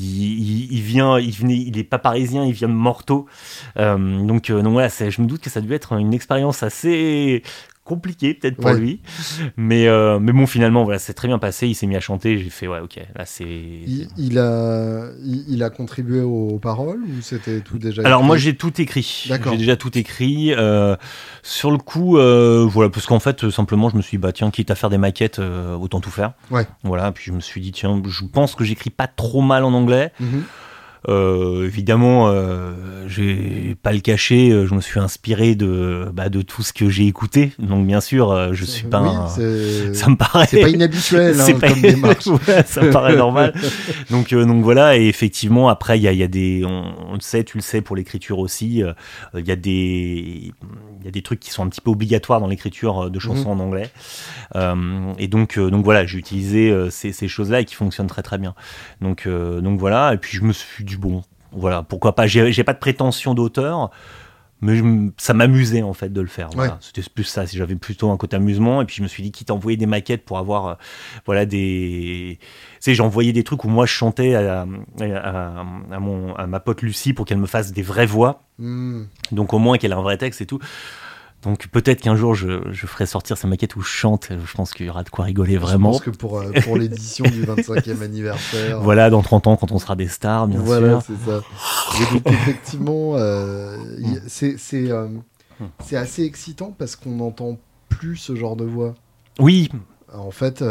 B: il est pas parisien, il vient de Morteau. Donc voilà, je me doute que ça devait être une expérience assez compliqué peut-être pour lui, mais bon, finalement voilà, c'est très bien passé. Il s'est mis à chanter, j'ai fait ok, là c'est
A: il a contribué aux paroles, ou c'était tout déjà
B: alors
A: écrit?
B: Moi j'ai tout écrit. J'ai déjà tout écrit sur le coup, voilà, parce qu'en fait simplement je me suis dit bah tiens, quitte à faire des maquettes, autant tout faire. Voilà, puis je me suis dit tiens, je pense que j'écris pas trop mal en anglais. Évidemment, je vais pas le cacher, je me suis inspiré de tout ce que j'ai écouté. Donc bien sûr, je suis pas ça me paraît
A: c'est pas inhabituel comme démarche.
B: Voilà, ça me paraît normal. Donc voilà, et effectivement après il y a des on le sait, tu le sais pour l'écriture aussi, il y a des trucs qui sont un petit peu obligatoires dans l'écriture de chansons en anglais. Et donc voilà, j'ai utilisé ces choses-là et qui fonctionnent très très bien. Donc voilà, et puis je me suis dit bon, voilà, pourquoi pas. J'ai pas de prétention d'auteur, mais ça m'amusait en fait de le faire. Voilà. C'était plus ça, si j'avais plutôt un côté amusement. Et puis je me suis dit, quitte à envoyer des maquettes pour avoir voilà des, tu sais, j'ai envoyé des trucs où moi je chantais à ma pote Lucie pour qu'elle me fasse des vraies voix. Donc au moins qu'elle ait un vrai texte et tout. Donc peut-être qu'un jour je ferai sortir ces maquettes où je chante. Je pense qu'il y aura de quoi rigoler vraiment.
A: Je pense que pour l'édition du 25e anniversaire.
B: Voilà, dans 30 ans quand on sera des stars, bien sûr.
A: Voilà, c'est ça. Et donc effectivement, c'est assez excitant parce qu'on n'entend plus ce genre de voix.
B: Oui.
A: En fait,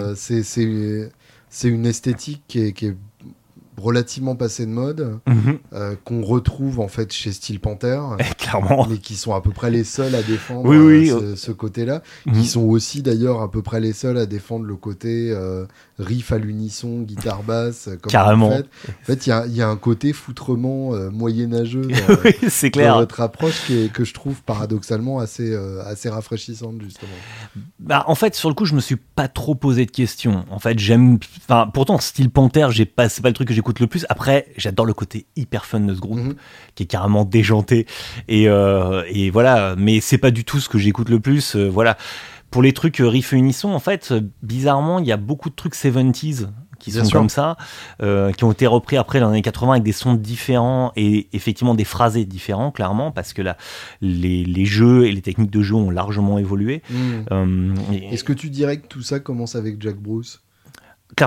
A: c'est une esthétique qui est relativement passé de mode, qu'on retrouve en fait chez Steel Panther,
B: clairement,
A: mais qui sont à peu près les seuls à défendre ce côté-là, qui sont aussi d'ailleurs à peu près les seuls à défendre le côté riff à l'unisson, guitare basse, comme
B: carrément.
A: En fait, il y a un côté foutrement moyenâgeux
B: c'est clair.
A: Dans votre approche que je trouve paradoxalement assez rafraîchissante justement.
B: Bah en fait sur le coup je me suis pas trop posé de questions. En fait pourtant Steel Panther c'est pas le truc que j'écoute le plus. Après j'adore le côté hyper fun de ce groupe qui est carrément déjanté et voilà, mais c'est pas du tout ce que j'écoute le plus. Voilà, pour les trucs riff unisson, en fait bizarrement il y a beaucoup de trucs 70s qui sont comme ça, qui ont été repris après dans les années 80 avec des sons différents et effectivement des phrasés différents, clairement, parce que là, les jeux et les techniques de jeu ont largement évolué.
A: Est-ce que tu dirais que tout ça commence avec Jack Bruce ?
B: Clairement.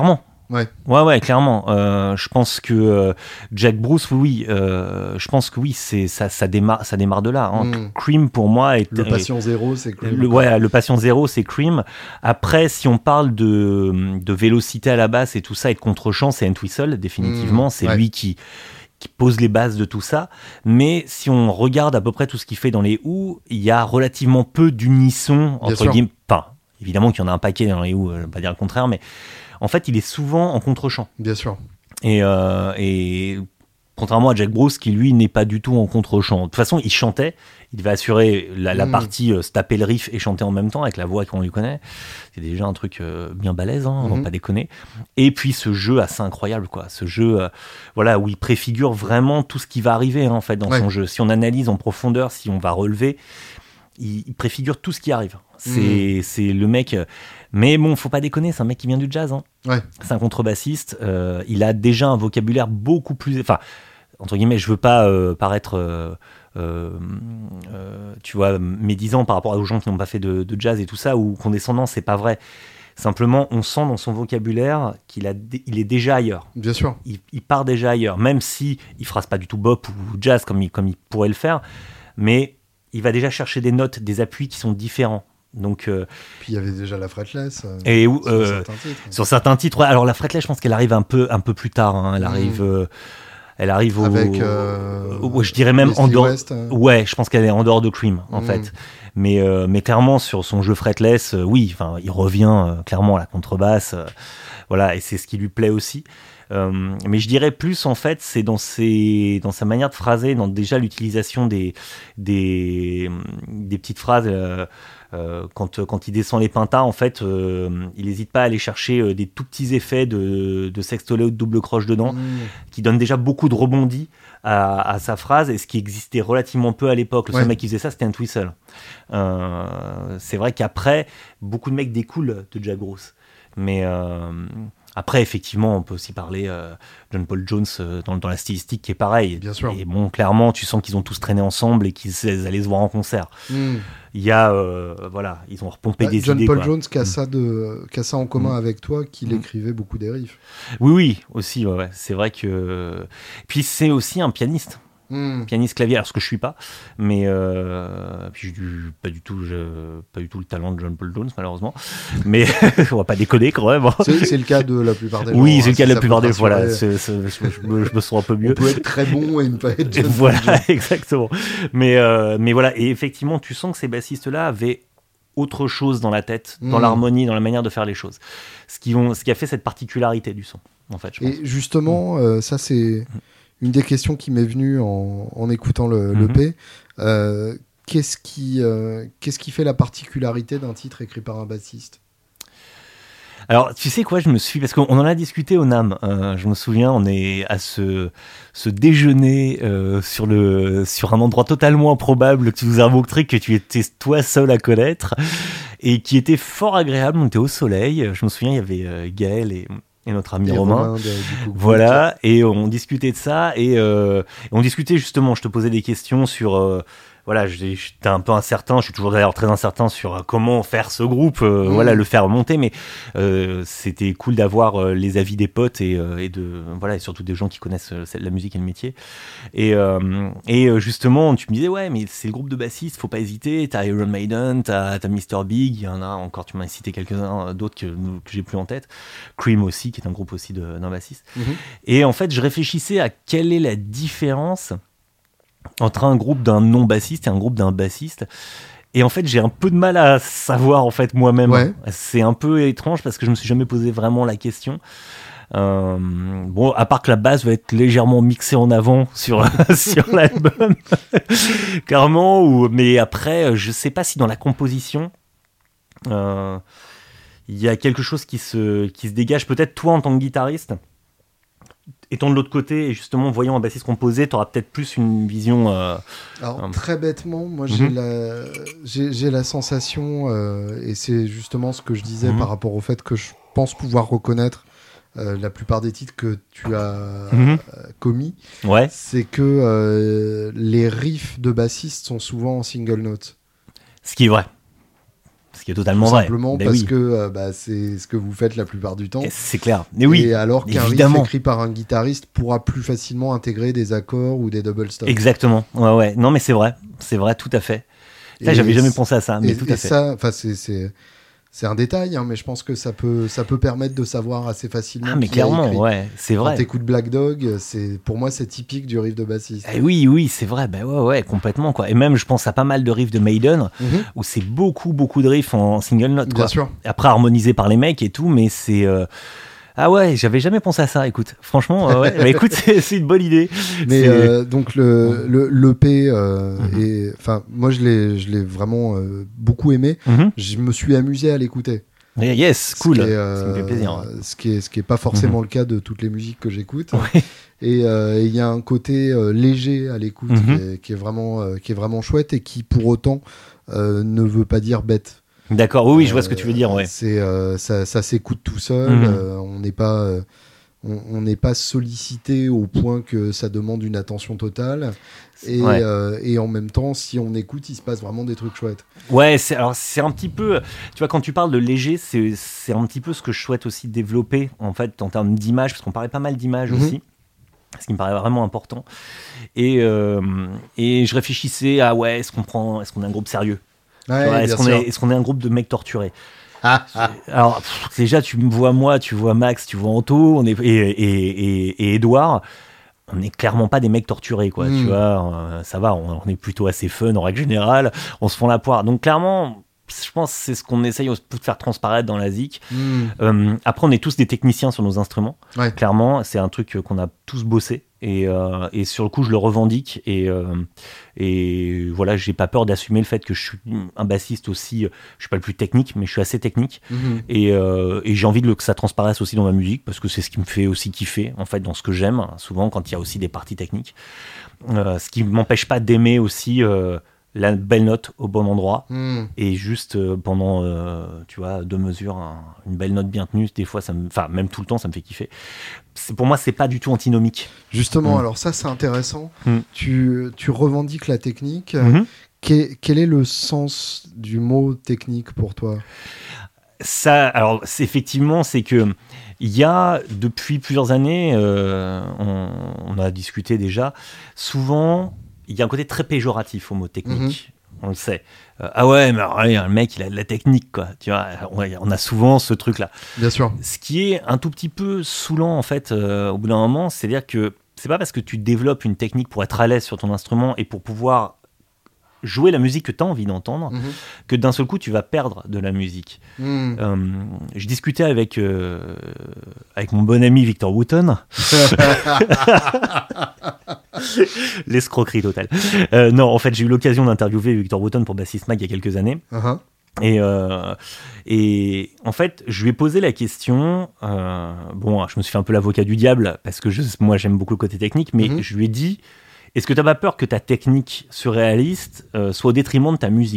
B: Ouais, clairement. Je pense que Jack Bruce, oui, je pense que oui, ça démarre de là. Hein. Cream pour moi est
A: le patient zéro, c'est Cream.
B: Le patient zéro, c'est Cream. Après, si on parle de vélocité à la basse et tout ça et de contre-champ, c'est Entwistle, définitivement. C'est lui qui pose les bases de tout ça. Mais si on regarde à peu près tout ce qu'il fait dans les Who, il y a relativement peu d'unisson entre guillemets. Enfin, évidemment qu'il y en a un paquet dans les Who, je ne vais pas dire le contraire, mais en fait, il est souvent en contre-champ.
A: Bien sûr.
B: Et contrairement à Jack Bruce, qui lui n'est pas du tout en contre-champ. De toute façon, il chantait, il devait assurer la partie se taper le riff et chanter en même temps avec la voix qu'on lui connaît. C'est déjà un truc bien balèze, on va pas déconner. Et puis ce jeu assez incroyable, quoi. Ce jeu, où il préfigure vraiment tout ce qui va arriver en fait dans son jeu. Si on analyse en profondeur, si on va relever, il préfigure tout ce qui arrive. C'est le mec. Mais bon, faut pas déconner, c'est un mec qui vient du jazz. Hein. C'est un contrebassiste. Il a déjà un vocabulaire beaucoup plus. Enfin, entre guillemets, je veux pas paraître. Tu vois, médisant par rapport aux gens qui n'ont pas fait de jazz et tout ça, ou condescendant, c'est pas vrai. Simplement, on sent dans son vocabulaire qu'il est déjà ailleurs.
A: Bien sûr.
B: Il part déjà ailleurs, même si il phrase pas du tout bop ou jazz comme il pourrait le faire, mais il va déjà chercher des notes, des appuis qui sont différents. Donc,
A: puis il y avait déjà la fretless
B: sur certains titres. Ouais, alors la fretless, je pense qu'elle arrive un peu plus tard. Hein. Elle arrive au.
A: Avec.
B: Je dirais même en dehors. Ouais, je pense qu'elle est en dehors de Cream en fait. Mais clairement sur son jeu fretless, il revient clairement à la contrebasse. Et c'est ce qui lui plaît aussi. Mais je dirais plus en fait, c'est dans sa manière de phraser, dans déjà l'utilisation des petites phrases. Quand il descend les pentas, en fait, il n'hésite pas à aller chercher des tout petits effets de sextolet ou de double croche dedans, qui donnent déjà beaucoup de rebondis à sa phrase, et ce qui existait relativement peu à l'époque. Le seul mec qui faisait ça, c'était Entwistle. C'est vrai qu'après, beaucoup de mecs découlent de Jack Bruce. Mais après, effectivement, on peut aussi parler John Paul Jones dans la stylistique qui est pareil.
A: Bien sûr.
B: Et bon, clairement, tu sens qu'ils ont tous traîné ensemble et qu'ils allaient se voir en concert. Il y a, ils ont repompé des
A: John
B: idées.
A: John Paul Jones qui a ça en commun avec toi, qu'il écrivait beaucoup des riffs.
B: Oui, aussi, ouais. C'est vrai que. Puis c'est aussi un pianiste. Pianiste clavier, alors ce que je suis pas, mais puis pas du tout le talent de John Paul Jones malheureusement, mais on va pas déconner quand même. Hein.
A: C'est le cas de la plupart des gens.
B: Oui, c'est le cas de la plupart des gens. Voilà, je me sens un peu mieux.
A: On peut être très bon et ne pas être John
B: voilà,
A: Paul Jones.
B: Exactement. Mais voilà, et effectivement, tu sens que ces bassistes-là avaient autre chose dans la tête, dans l'harmonie, dans la manière de faire les choses, ce qui a fait cette particularité du son, en fait. Je pense.
A: Et justement, ça c'est une des questions qui m'est venue en écoutant l'EP. Qu'est-ce qui fait la particularité d'un titre écrit par un bassiste ?
B: Alors, tu sais quoi, parce qu'on en a discuté au NAM. Je me souviens, on est à ce déjeuner sur un endroit totalement improbable que tu nous as montré, que tu étais toi seul à connaître, et qui était fort agréable. On était au soleil. Je me souviens, il y avait Gaël et notre ami Romain, voilà, et on discutait de ça, et on discutait justement, je te posais des questions sur, j'étais un peu incertain, je suis toujours d'ailleurs très incertain sur comment faire ce groupe, le faire monter, mais c'était cool d'avoir les avis des potes et surtout des gens qui connaissent la musique et le métier, et justement, tu me disais, ouais, mais c'est le groupe de bassistes, faut pas hésiter, t'as Iron Maiden, t'as Mr. Big, il y en a encore, tu m'as cité quelques-uns d'autres que j'ai plus en tête, Cream aussi, qui est un groupe aussi d'un bassiste, et en fait, je réfléchissais à quelle est la différence entre un groupe d'un non-bassiste et un groupe d'un bassiste. Et en fait, j'ai un peu de mal à savoir, en fait, moi-même.
A: Ouais.
B: C'est un peu étrange parce que je me suis jamais posé vraiment la question. À part que la basse va être légèrement mixée en avant sur l'album. Clairement. Mais après, je sais pas si dans la composition, il y a quelque chose qui se dégage. Peut-être toi, en tant que guitariste, étant de l'autre côté et justement voyant un bassiste composé, tu auras peut-être plus une vision.
A: Alors très bêtement, moi j'ai la sensation, et c'est justement ce que je disais par rapport au fait que je pense pouvoir reconnaître la plupart des titres que tu as commis, c'est que les riffs de bassistes sont souvent en single note.
B: Ce qui est vrai. Ce qui est totalement
A: Tout
B: vrai.
A: simplement
B: Ben
A: parce
B: oui.
A: que c'est ce que vous faites la plupart du temps.
B: C'est clair. Mais oui.
A: Et alors qu'un riff
B: évidemment.
A: écrit par un guitariste pourra plus facilement intégrer des accords ou des double stops.
B: Exactement. Ouais. Non, mais c'est vrai, tout à fait. Ça,
A: Et
B: j'avais jamais pensé à ça, mais tout à fait.
A: Ça, enfin, c'est un détail, hein, mais je pense que ça peut permettre de savoir assez facilement.
B: Ah, mais
A: qui a
B: clairement,
A: écrit.
B: ouais, c'est
A: Quand
B: vrai.
A: t'écoutes Black Dog, pour moi, c'est typique du riff de bassiste.
B: Oui, c'est vrai. Ben ouais, complètement, quoi. Et même, je pense à pas mal de riffs de Maiden, où c'est beaucoup de riffs en single note, quoi.
A: Bien sûr.
B: Après, harmonisé par les mecs et tout, mais c'est... Ah ouais, j'avais jamais pensé à ça, écoute. Franchement, ouais. Bah, écoute, c'est une bonne idée.
A: Mais donc l'EP, enfin moi je l'ai vraiment beaucoup aimé. Je me suis amusé à l'écouter.
B: Yes, cool.
A: Ça
B: me fait plaisir. Ouais.
A: Ce qui est pas forcément le cas de toutes les musiques que j'écoute.
B: Ouais.
A: Et il y a un côté léger à l'écoute qui est vraiment chouette et qui pour autant ne veut pas dire bête.
B: D'accord, oui, je vois ce que tu veux dire, ouais.
A: Ça s'écoute tout seul. On n'est pas sollicité au point que ça demande une attention totale. Et en même temps, si on écoute, il se passe vraiment des trucs chouettes.
B: Ouais, c'est un petit peu... Tu vois, quand tu parles de léger, c'est un petit peu ce que je souhaite aussi développer, en fait, en termes d'image, parce qu'on parlait pas mal d'images aussi, ce qui me paraît vraiment important. Et je réfléchissais à, est-ce qu'on est un groupe sérieux ?
A: Ouais,
B: est-ce qu'on est un groupe de mecs torturés ? Alors, déjà, tu me vois moi, tu vois Max, tu vois Anto, et Edouard. On n'est clairement pas des mecs torturés, quoi. Tu vois, ça va, on est plutôt assez fun en règle générale. On se fend la poire. Donc, clairement, je pense que c'est ce qu'on essaye de faire transparaître dans la ZIC. Après, on est tous des techniciens sur nos instruments. Ouais. Clairement, c'est un truc qu'on a tous bossé. Et sur le coup, je le revendique. Et voilà, j'ai pas peur d'assumer le fait que je suis un bassiste aussi. Je suis pas le plus technique, mais je suis assez technique. Et j'ai envie que ça transparaisse aussi dans ma musique, parce que c'est ce qui me fait aussi kiffer, en fait, dans ce que j'aime, souvent quand il y a aussi des parties techniques. Ce qui m'empêche pas d'aimer aussi la belle note au bon endroit, et juste pendant tu vois, 2 mesures, une belle note bien tenue, des fois même tout le temps ça me fait kiffer. Pour moi c'est pas du tout antinomique.
A: Justement, alors ça c'est intéressant. Tu revendiques la technique. Quel est le sens du mot technique pour toi ?
B: Ça, alors effectivement, c'est que il y a depuis plusieurs années, on a discuté déjà, souvent il y a un côté très péjoratif au mot technique. On le sait. Ah ouais, mais le mec, il a de la technique, quoi. Tu vois, on a souvent ce truc-là.
A: Bien sûr.
B: Ce qui est un tout petit peu saoulant, en fait, au bout d'un moment, c'est-à-dire que c'est pas parce que tu développes une technique pour être à l'aise sur ton instrument et pour pouvoir jouer la musique que tu as envie d'entendre, que d'un seul coup tu vas perdre de la musique. Je discutais avec mon bon ami Victor Wooten. L'escroquerie totale. Non, en fait, j'ai eu l'occasion d'interviewer Victor Wooten pour Bassist Mag il y a quelques années. Et en fait, je lui ai posé la question. Bon, je me suis fait un peu l'avocat du diable parce que moi j'aime beaucoup le côté technique, mais je lui ai dit: est-ce que tu n'as pas peur que ta technique surréaliste soit au détriment de ta musique ?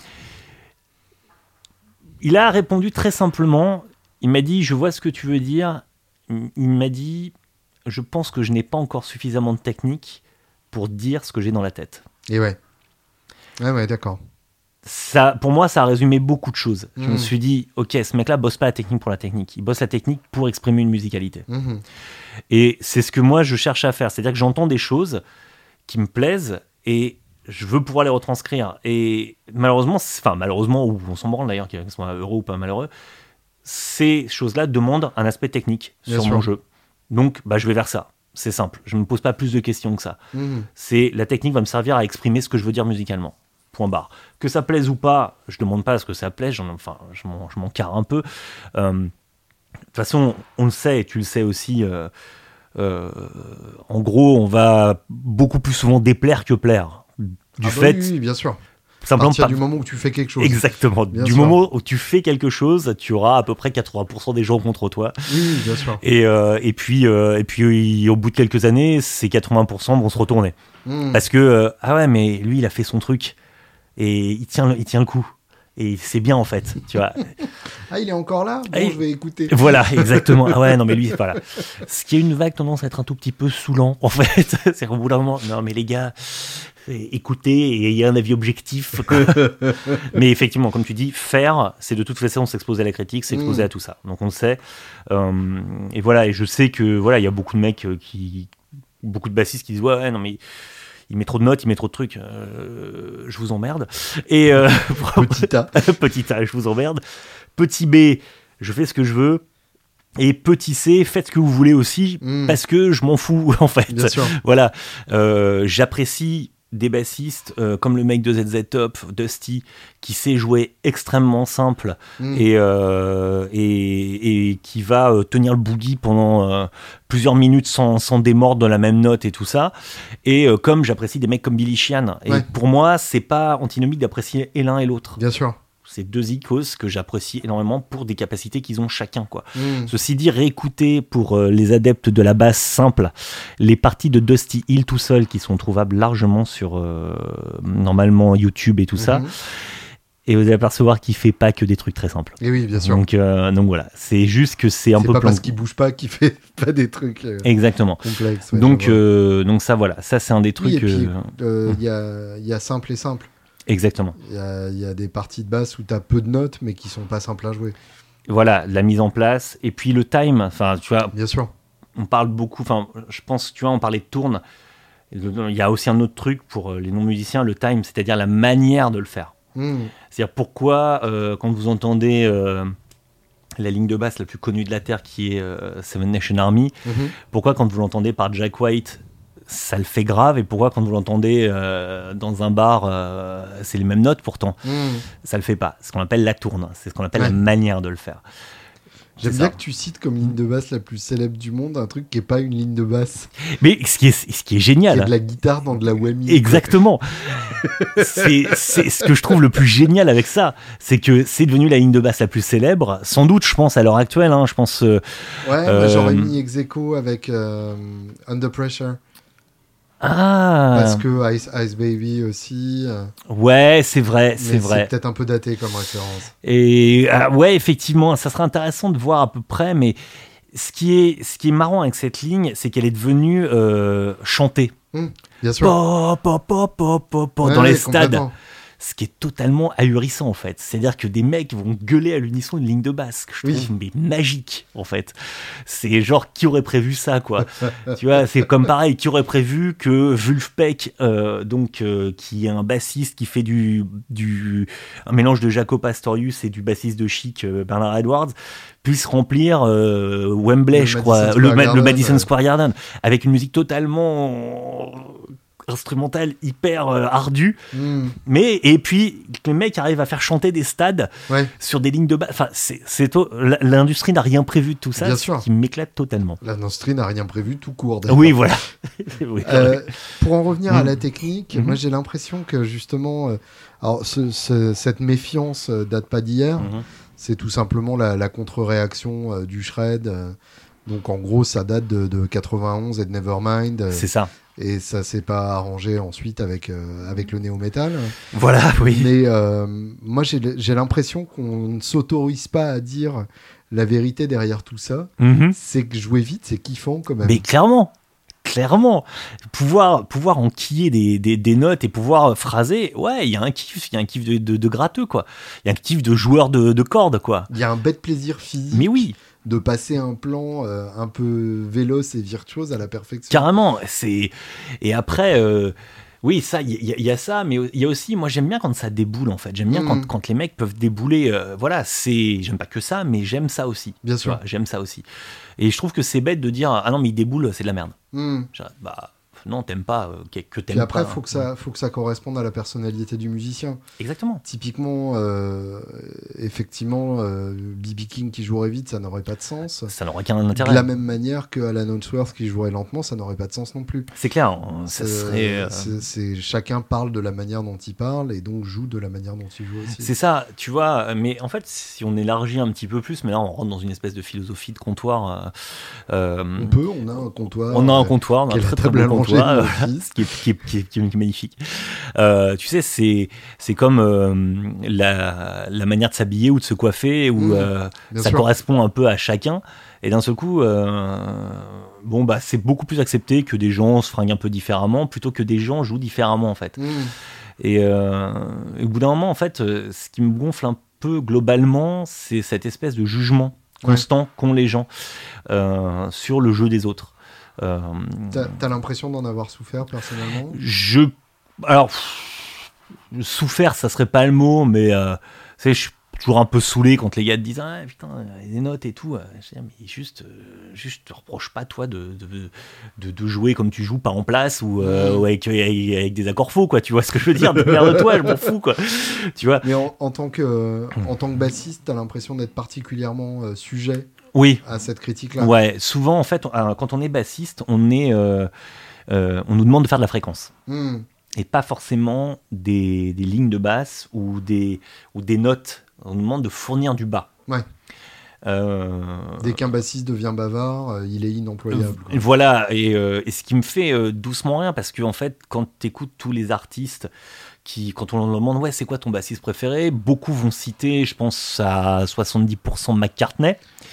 B: Il a répondu très simplement. Il m'a dit: je vois ce que tu veux dire. Il m'a dit: je pense que je n'ai pas encore suffisamment de technique pour dire ce que j'ai dans la tête.
A: Et ouais, d'accord.
B: Ça, pour moi, ça a résumé beaucoup de choses. Je me suis dit: ok, ce mec-là bosse pas la technique pour la technique. Il bosse la technique pour exprimer une musicalité. Et c'est ce que moi, je cherche à faire. C'est-à-dire que j'entends des choses qui me plaisent et je veux pouvoir les retranscrire. Et malheureusement, ou on s'en branle d'ailleurs, qu'ils soient heureux ou pas malheureux, ces choses-là demandent un aspect technique sur mon jeu. Donc, je vais vers ça. C'est simple. Je ne me pose pas plus de questions que ça. La technique va me servir à exprimer ce que je veux dire musicalement. Point barre. Que ça plaise ou pas, je ne demande pas à ce que ça plaise. Je m'en carre un peu. De toute façon, on le sait, et tu le sais aussi. En gros, on va beaucoup plus souvent déplaire que plaire.
A: Oui, bien sûr.
B: Simplement,
A: à partir du moment où tu fais quelque chose.
B: Exactement. Bien sûr. Moment où tu fais quelque chose, tu auras à peu près 80% des gens contre toi.
A: Oui, bien sûr.
B: Et puis, au bout de quelques années, ces 80% vont se retourner. Parce que, mais lui, il a fait son truc. Et il tient le coup. Et c'est bien en fait, tu vois.
A: Ah, il est encore là ? Bon, je vais écouter.
B: Voilà, exactement. Ah ouais, non mais lui, voilà. Ce qui a une vague tendance à être un tout petit peu saoulant, en fait. C'est qu'au bout d'un moment, non mais les gars, écoutez et ayez un avis objectif. Mais effectivement, comme tu dis, faire, c'est de toute façon s'exposer à la critique, s'exposer à tout ça. Donc on le sait. Et voilà, et je sais que voilà, il y a beaucoup de mecs beaucoup de bassistes qui disent ouais, non mais il met trop de notes, il met trop de trucs, je vous emmerde. Et
A: Petit A.
B: Petit A, je vous emmerde. Petit B, je fais ce que je veux. Et petit C, faites ce que vous voulez aussi, parce que je m'en fous, en fait.
A: Bien sûr.
B: Voilà. J'apprécie des bassistes comme le mec de ZZ Top, Dusty, qui sait jouer extrêmement simple et qui va tenir le boogie pendant plusieurs minutes sans démordre dans la même note et tout ça. Et comme j'apprécie des mecs comme Billy Sheehan. Et pour moi, c'est pas antinomique d'apprécier et l'un et l'autre.
A: Bien sûr.
B: C'est deux icônes que j'apprécie énormément pour des capacités qu'ils ont chacun, quoi. Ceci dit, réécouter pour les adeptes de la basse simple les parties de Dusty Hill tout seul qui sont trouvables largement sur normalement YouTube et tout ça. Et vous allez apercevoir qu'il fait pas que des trucs très simples.
A: Et oui, bien sûr.
B: Donc voilà, c'est juste que c'est un peu
A: pas parce qu'il bouge pas qu'il fait pas des trucs
B: exactement
A: complexes. Ouais,
B: donc ça, voilà, ça c'est un des trucs.
A: Oui, et puis il y a simple et simple.
B: Exactement.
A: Il y a des parties de basse où tu as peu de notes, mais qui sont pas simples à jouer.
B: Voilà, la mise en place. Et puis le time, enfin, tu vois.
A: Bien sûr.
B: On parle beaucoup, enfin, je pense, tu vois, on parlait de tourne. Il y a aussi un autre truc pour les non-musiciens, le time, c'est-à-dire la manière de le faire. C'est-à-dire pourquoi, quand vous entendez la ligne de basse la plus connue de la Terre, qui est Seven Nation Army, pourquoi, quand vous l'entendez par Jack White, ça le fait grave, et pourquoi quand vous l'entendez dans un bar, c'est les mêmes notes pourtant, ça le fait pas. C'est ce qu'on appelle la tourne, c'est ce qu'on appelle la manière de le faire.
A: J'aime bien que tu cites comme ligne de basse la plus célèbre du monde un truc qui est pas une ligne de basse.
B: Mais ce qui est génial.
A: C'est de la guitare dans de la whammy.
B: Exactement. c'est ce que je trouve le plus génial avec ça, c'est que c'est devenu la ligne de basse la plus célèbre, sans doute, je pense, à l'heure actuelle. Je pense.
A: Moi, j'aurais mis ex aequo avec Under Pressure.
B: Ah.
A: Parce que Ice Baby aussi.
B: Ouais, c'est vrai, c'est vrai.
A: C'est peut-être un peu daté comme référence.
B: Et ouais, effectivement, ça serait intéressant de voir à peu près, mais ce qui est marrant avec cette ligne, c'est qu'elle est devenue chantée.
A: Bien sûr.
B: Dans les stades. Ce qui est totalement ahurissant en fait. C'est-à-dire que des mecs vont gueuler à l'unisson une ligne de basse, que je trouve mais magique en fait. C'est genre, qui aurait prévu ça, quoi. Tu vois, c'est comme pareil, qui aurait prévu que Vulfpeck, qui est un bassiste qui fait un mélange de Jaco Pastorius et du bassiste de Chic, Bernard Edwards, puisse remplir Wembley, je crois, le Madison Square Garden, avec une musique totalement instrumentale hyper ardue, mais et puis les mecs arrivent à faire chanter des stades sur des lignes de basse. Enfin, l'industrie n'a rien prévu de tout ça, ce qui m'éclate totalement.
A: L'industrie n'a rien prévu tout court.
B: Oui, voilà.
A: Pour en revenir à la technique, moi j'ai l'impression que justement, cette méfiance date pas d'hier. C'est tout simplement la contre-réaction du shred. Donc en gros, ça date de 91 et de Nevermind.
B: C'est ça.
A: Et ça s'est pas arrangé ensuite avec le néo-metal.
B: Voilà, oui.
A: Mais moi, j'ai l'impression qu'on ne s'autorise pas à dire la vérité derrière tout ça. C'est que jouer vite, c'est kiffant quand même.
B: Mais clairement, pouvoir enquiller des notes et pouvoir phraser, ouais, il y a un kiff de gratteux, quoi. Il y a un kiff de joueur de cordes, quoi.
A: Il y a un bête plaisir physique.
B: Mais oui.
A: De passer un plan un peu véloce et virtuose à la perfection.
B: Carrément. Et après, oui, ça, il y a ça, mais il y a aussi, moi j'aime bien quand ça déboule en fait. J'aime bien quand les mecs peuvent débouler. J'aime pas que ça, mais j'aime ça aussi.
A: Bien sûr.
B: Vois, j'aime ça aussi. Et je trouve que c'est bête de dire ah non mais il déboule, c'est de la merde. Bah non, t'aimes pas, que t'aimes pas.
A: Et après, faut que ça corresponde à la personnalité du musicien.
B: Exactement.
A: Typiquement, effectivement, B.B. King qui jouerait vite, ça n'aurait pas de sens.
B: Ça n'aurait aucun intérêt.
A: De la même manière que Alan Holdsworth qui jouerait lentement, ça n'aurait pas de sens non plus.
B: C'est clair. Ça serait.
A: Chacun parle de la manière dont il parle et donc joue de la manière dont il joue aussi.
B: C'est ça, tu vois. Mais en fait, si on élargit un petit peu plus, mais là, on rentre dans une espèce de philosophie de comptoir.
A: On a un comptoir.
B: On a un comptoir, on a un très très bon comptoir. Ce qui est magnifique. Tu sais, c'est comme la manière de s'habiller ou de se coiffer, où ça correspond un peu à chacun. Et d'un seul coup, c'est beaucoup plus accepté que des gens se fringuent un peu différemment, plutôt que des gens jouent différemment, en fait. Et au bout d'un moment, en fait, ce qui me gonfle un peu globalement, c'est cette espèce de jugement constant qu'ont les gens sur le jeu des autres.
A: T'as l'impression d'en avoir souffert personnellement ?
B: Alors, souffert, ça serait pas le mot, mais je suis toujours un peu saoulé quand les gars te disent ah putain il y a des notes et tout. Je dis, mais juste te reproche pas toi de jouer comme tu joues, pas en place ou avec des accords faux, quoi. Tu vois ce que je veux dire? Démerde-toi, je m'en fous, quoi. Tu vois.
A: Mais en tant que bassiste, t'as l'impression d'être particulièrement sujet à cette critique-là.
B: Ouais, souvent en fait, quand on est bassiste, on nous demande de faire de la fréquence. Et pas forcément des lignes de basse ou des notes. On nous demande de fournir du bas.
A: Ouais. Dès qu'un bassiste devient bavard, il est inemployable.
B: Voilà, et ce qui me fait doucement rien, parce que en fait, quand tu écoutes tous les artistes quand on leur demande c'est quoi ton bassiste préféré, beaucoup vont citer, je pense à 70% McCartney.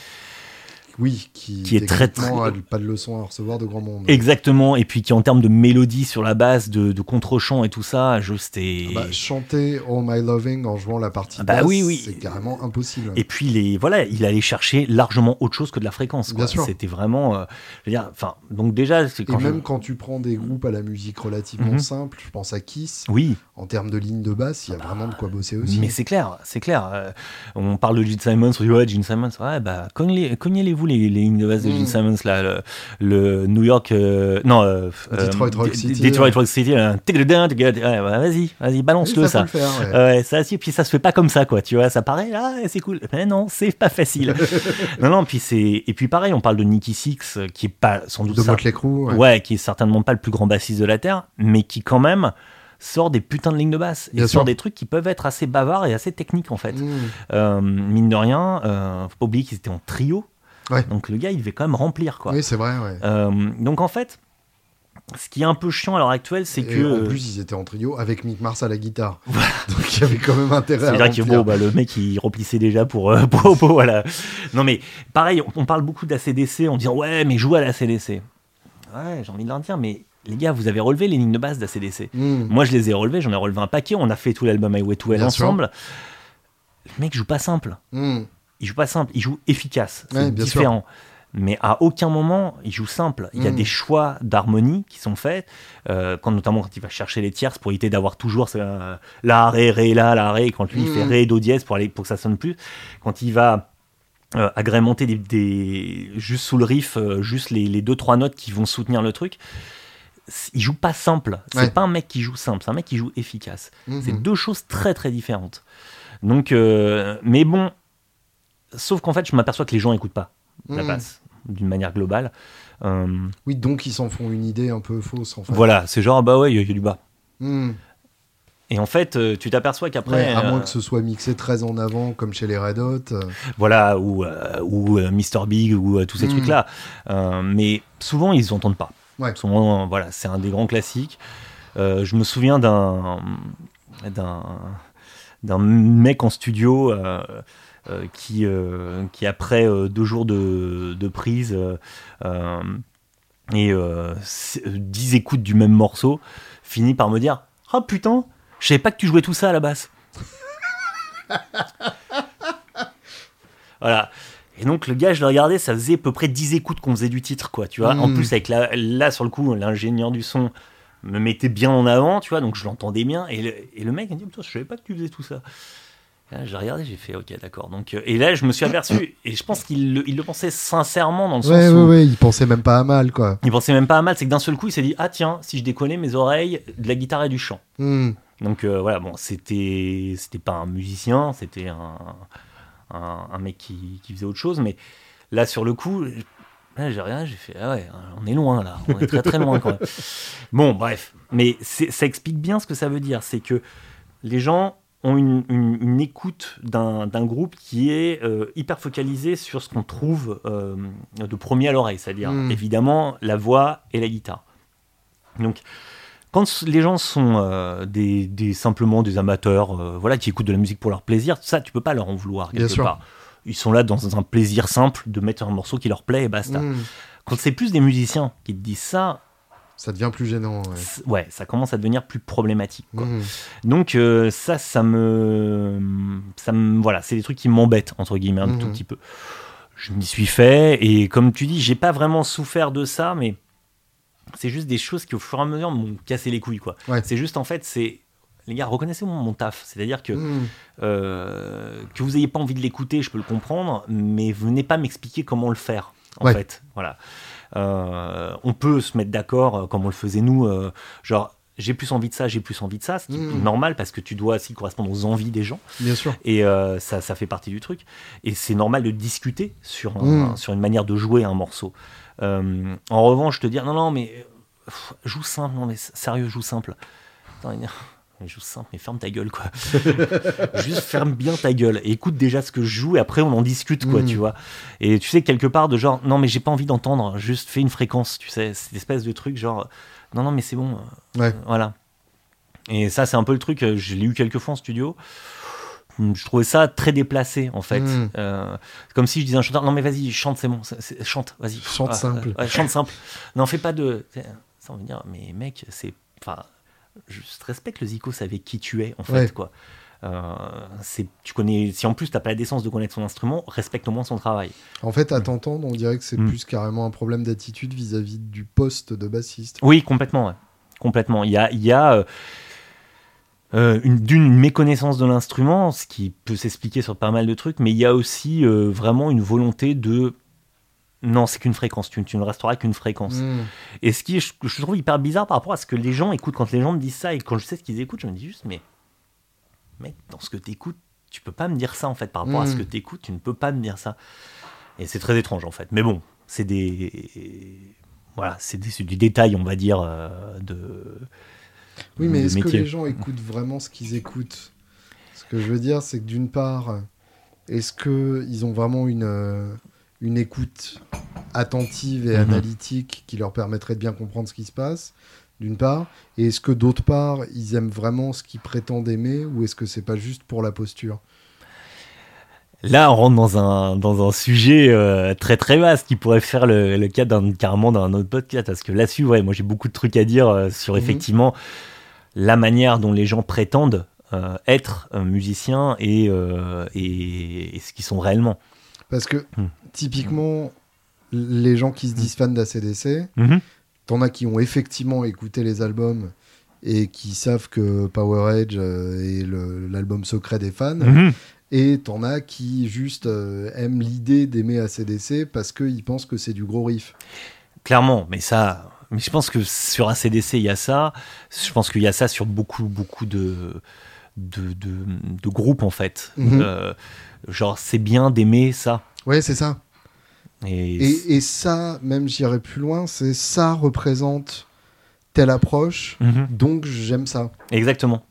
A: Oui, qui est très pas de leçon à recevoir de grand monde.
B: Exactement, et puis qui en termes de mélodie sur la basse, de contre-chant et tout ça,
A: chanter All My Loving en jouant la partie basse, c'est carrément impossible.
B: Et puis il allait chercher largement autre chose que de la fréquence, quoi. Bien sûr. C'était vraiment, donc déjà.
A: Quand tu prends des groupes à la musique relativement simple, je pense à Kiss.
B: Oui.
A: En termes de ligne de basse, il y a vraiment de quoi bosser aussi.
B: Mais c'est clair. On parle de Gene Simmons, on dit Gene Simmons, cognez-les-vous les lignes de basse de Gene Simmons, là, le New York,
A: Detroit Rock City.
B: Detroit Rock City, vas-y, balance-le, ça. Ça, puis ça se fait pas comme ça, quoi. Tu vois, ça paraît, c'est cool. Mais non, c'est pas facile. non, et puis pareil, on parle de Nicky Six, qui est pas sans doute
A: de Motley Crue,
B: qui est certainement pas le plus grand bassiste de la terre, mais qui quand même sort des putains de lignes de basse et sort des trucs qui peuvent être assez bavards et assez techniques, en fait. Mine de rien, faut pas oublier qu'ils étaient en trio.
A: Ouais.
B: Donc le gars, il devait quand même remplir, quoi.
A: Oui, c'est vrai. Ouais.
B: Donc en fait, ce qui est un peu chiant à l'heure actuelle, c'est que
A: en plus ils étaient en trio avec Mick Mars à la guitare. Donc il y avait quand même intérêt.
B: C'est-à-dire que le mec il remplissait déjà pour voilà. Non mais pareil, on parle beaucoup d'ACDC, on dit ouais mais joue à l'ACDC. Ouais, j'ai envie de leur dire mais les gars, vous avez relevé les lignes de base d'ACDC. Moi je les ai relevées, j'en ai relevé un paquet, on a fait tout l'album Highway to Hell ensemble. Le mec joue pas simple. Il joue pas simple, il joue efficace. C'est différent. Sûr. Mais à aucun moment, il joue simple. Il y a des choix d'harmonie qui sont faits, notamment quand il va chercher les tierces pour éviter d'avoir toujours la, ré, la, ré, quand lui il fait ré, do dièse pour que ça sonne plus. Quand il va agrémenter juste sous le riff, juste les 2-3 notes qui vont soutenir le truc, il joue pas simple. C'est pas un mec qui joue simple, c'est un mec qui joue efficace. C'est deux choses très très différentes. Donc, mais bon, sauf qu'en fait, je m'aperçois que les gens n'écoutent pas la basse d'une manière globale.
A: Oui, donc ils s'en font une idée un peu fausse, en fait.
B: Voilà, c'est genre, il y a du bas. Et en fait, tu t'aperçois qu'après...
A: à moins que ce soit mixé très en avant, comme chez les Red Hot.
B: Voilà, ou Mr. Big, ou tous ces trucs-là. Mais souvent, ils ne entendent pas.
A: Ouais.
B: Souvent, voilà, c'est un des grands classiques. Je me souviens d'un mec en studio... qui après 2 jours de prise et 10 écoutes du même morceau, finit par me dire « Ah putain, je savais pas que tu jouais tout ça à la basse. » Voilà. Et donc le gars, je le regardais, ça faisait à peu près 10 écoutes qu'on faisait du titre, quoi, tu vois. En plus, avec là, sur le coup, l'ingénieur du son me mettait bien en avant, tu vois, donc je l'entendais bien. Et le mec il me dit « Putain, je savais pas que tu faisais tout ça. » J'ai regardé, j'ai fait ok, d'accord. Donc, et là, je me suis aperçu, et je pense qu'il le pensait sincèrement dans le sens où.
A: Ouais, il pensait même pas à mal, quoi.
B: Il pensait même pas à mal, c'est que d'un seul coup, il s'ait dit ah tiens, si je déconnais mes oreilles de la guitare et du chant. Donc voilà, bon, c'était pas un musicien, c'était un mec qui faisait autre chose, mais là, sur le coup, là, j'ai fait ah ouais, on est loin là, on est très très loin, quoi. Bon, bref, mais ça explique bien ce que ça veut dire, c'est que les gens ont une écoute d'un groupe qui est hyper focalisé sur ce qu'on trouve de premier à l'oreille, c'est-à-dire évidemment la voix et la guitare. Donc Quand les gens sont simplement des amateurs, voilà, qui écoutent de la musique pour leur plaisir, ça, tu peux pas leur en vouloir quelque part. Ils sont là dans un plaisir simple de mettre un morceau qui leur plaît et basta. Quand c'est plus des musiciens qui te disent ça,
A: ça devient plus gênant.
B: Ouais, ça commence à devenir plus problématique, quoi. Donc voilà, c'est des trucs qui m'embêtent entre guillemets un tout petit peu. Je m'y suis fait et comme tu dis, j'ai pas vraiment souffert de ça, mais c'est juste des choses qui au fur et à mesure m'ont cassé les couilles, quoi. Ouais. C'est juste en fait, les gars, reconnaissez mon taf. C'est-à-dire que vous ayez pas envie de l'écouter, je peux le comprendre, mais venez pas m'expliquer comment le faire. En fait, voilà. On peut se mettre d'accord comme on le faisait nous, genre j'ai plus envie de ça, ce qui est normal parce que tu dois aussi correspondre aux envies des gens.
A: Bien sûr.
B: Et ça fait partie du truc. Et c'est normal de discuter sur une manière de jouer un morceau. En revanche, te dire non mais joue simple, non mais sérieux, joue simple. Attends, mais joue simple, mais ferme ta gueule, quoi. Juste ferme bien ta gueule et écoute déjà ce que je joue et après on en discute, quoi, tu vois. Et tu sais, quelque part de genre non mais j'ai pas envie d'entendre, juste fais une fréquence, tu sais, cette espèce de truc genre non mais c'est bon, voilà. Et ça c'est un peu le truc, je l'ai eu quelques fois en studio. Je trouvais ça très déplacé en fait. Comme si je disais à un chanteur non mais vas-y chante, c'est bon, chante, vas-y.
A: Chante simple.
B: Chante simple. Non, fais pas de. Ça on veut dire mais mec, c'est. Enfin, je respecte le Zico, savait qui tu es en fait, quoi. Tu connais. Si en plus t'as pas la décence de connaître son instrument, respecte au moins son travail.
A: En fait, à t'entendre, on dirait que c'est plus carrément un problème d'attitude vis-à-vis du poste de bassiste.
B: Oui, complètement, ouais. Complètement. Il y a d'une méconnaissance de l'instrument, ce qui peut s'expliquer sur pas mal de trucs, mais il y a aussi vraiment une volonté de non, c'est qu'une fréquence, tu ne resteras qu'une fréquence. Et ce qui je trouve hyper bizarre par rapport à ce que les gens écoutent. Quand les gens me disent ça et quand je sais ce qu'ils écoutent, je me dis juste mais mec, dans ce que t'écoutes, tu peux pas me dire ça en fait. Par rapport à ce que t'écoutes, tu ne peux pas me dire ça. Et c'est très étrange en fait. Mais bon, c'est du détail, on va dire,
A: Oui, mais est-ce que les gens écoutent vraiment ce qu'ils écoutent ? Ce que je veux dire, c'est que d'une part, est-ce qu'ils ont vraiment une écoute attentive et analytique qui leur permettrait de bien comprendre ce qui se passe, d'une part, et est-ce que d'autre part, ils aiment vraiment ce qu'ils prétendent aimer, ou est-ce que c'est pas juste pour la posture ?
B: Là, on rentre dans un sujet très très vaste qui pourrait faire le cas carrément d'un autre podcast, parce que là-dessus, moi j'ai beaucoup de trucs à dire sur effectivement la manière dont les gens prétendent être musiciens et ce qu'ils sont réellement.
A: Parce que typiquement, les gens qui se disent fans d'ACDC, t'en as qui ont effectivement écouté les albums et qui savent que Power Age est l'album secret des fans. Et t'en as qui juste aiment l'idée d'aimer AC/DC parce qu'ils pensent que c'est du gros riff.
B: Clairement, mais je pense que sur AC/DC, il y a ça. Je pense qu'il y a ça sur beaucoup de groupes, en fait. Genre, c'est bien d'aimer ça.
A: Ouais, c'est ça. Et ça, même j'irais plus loin, c'est ça représente telle approche, donc j'aime ça.
B: Exactement.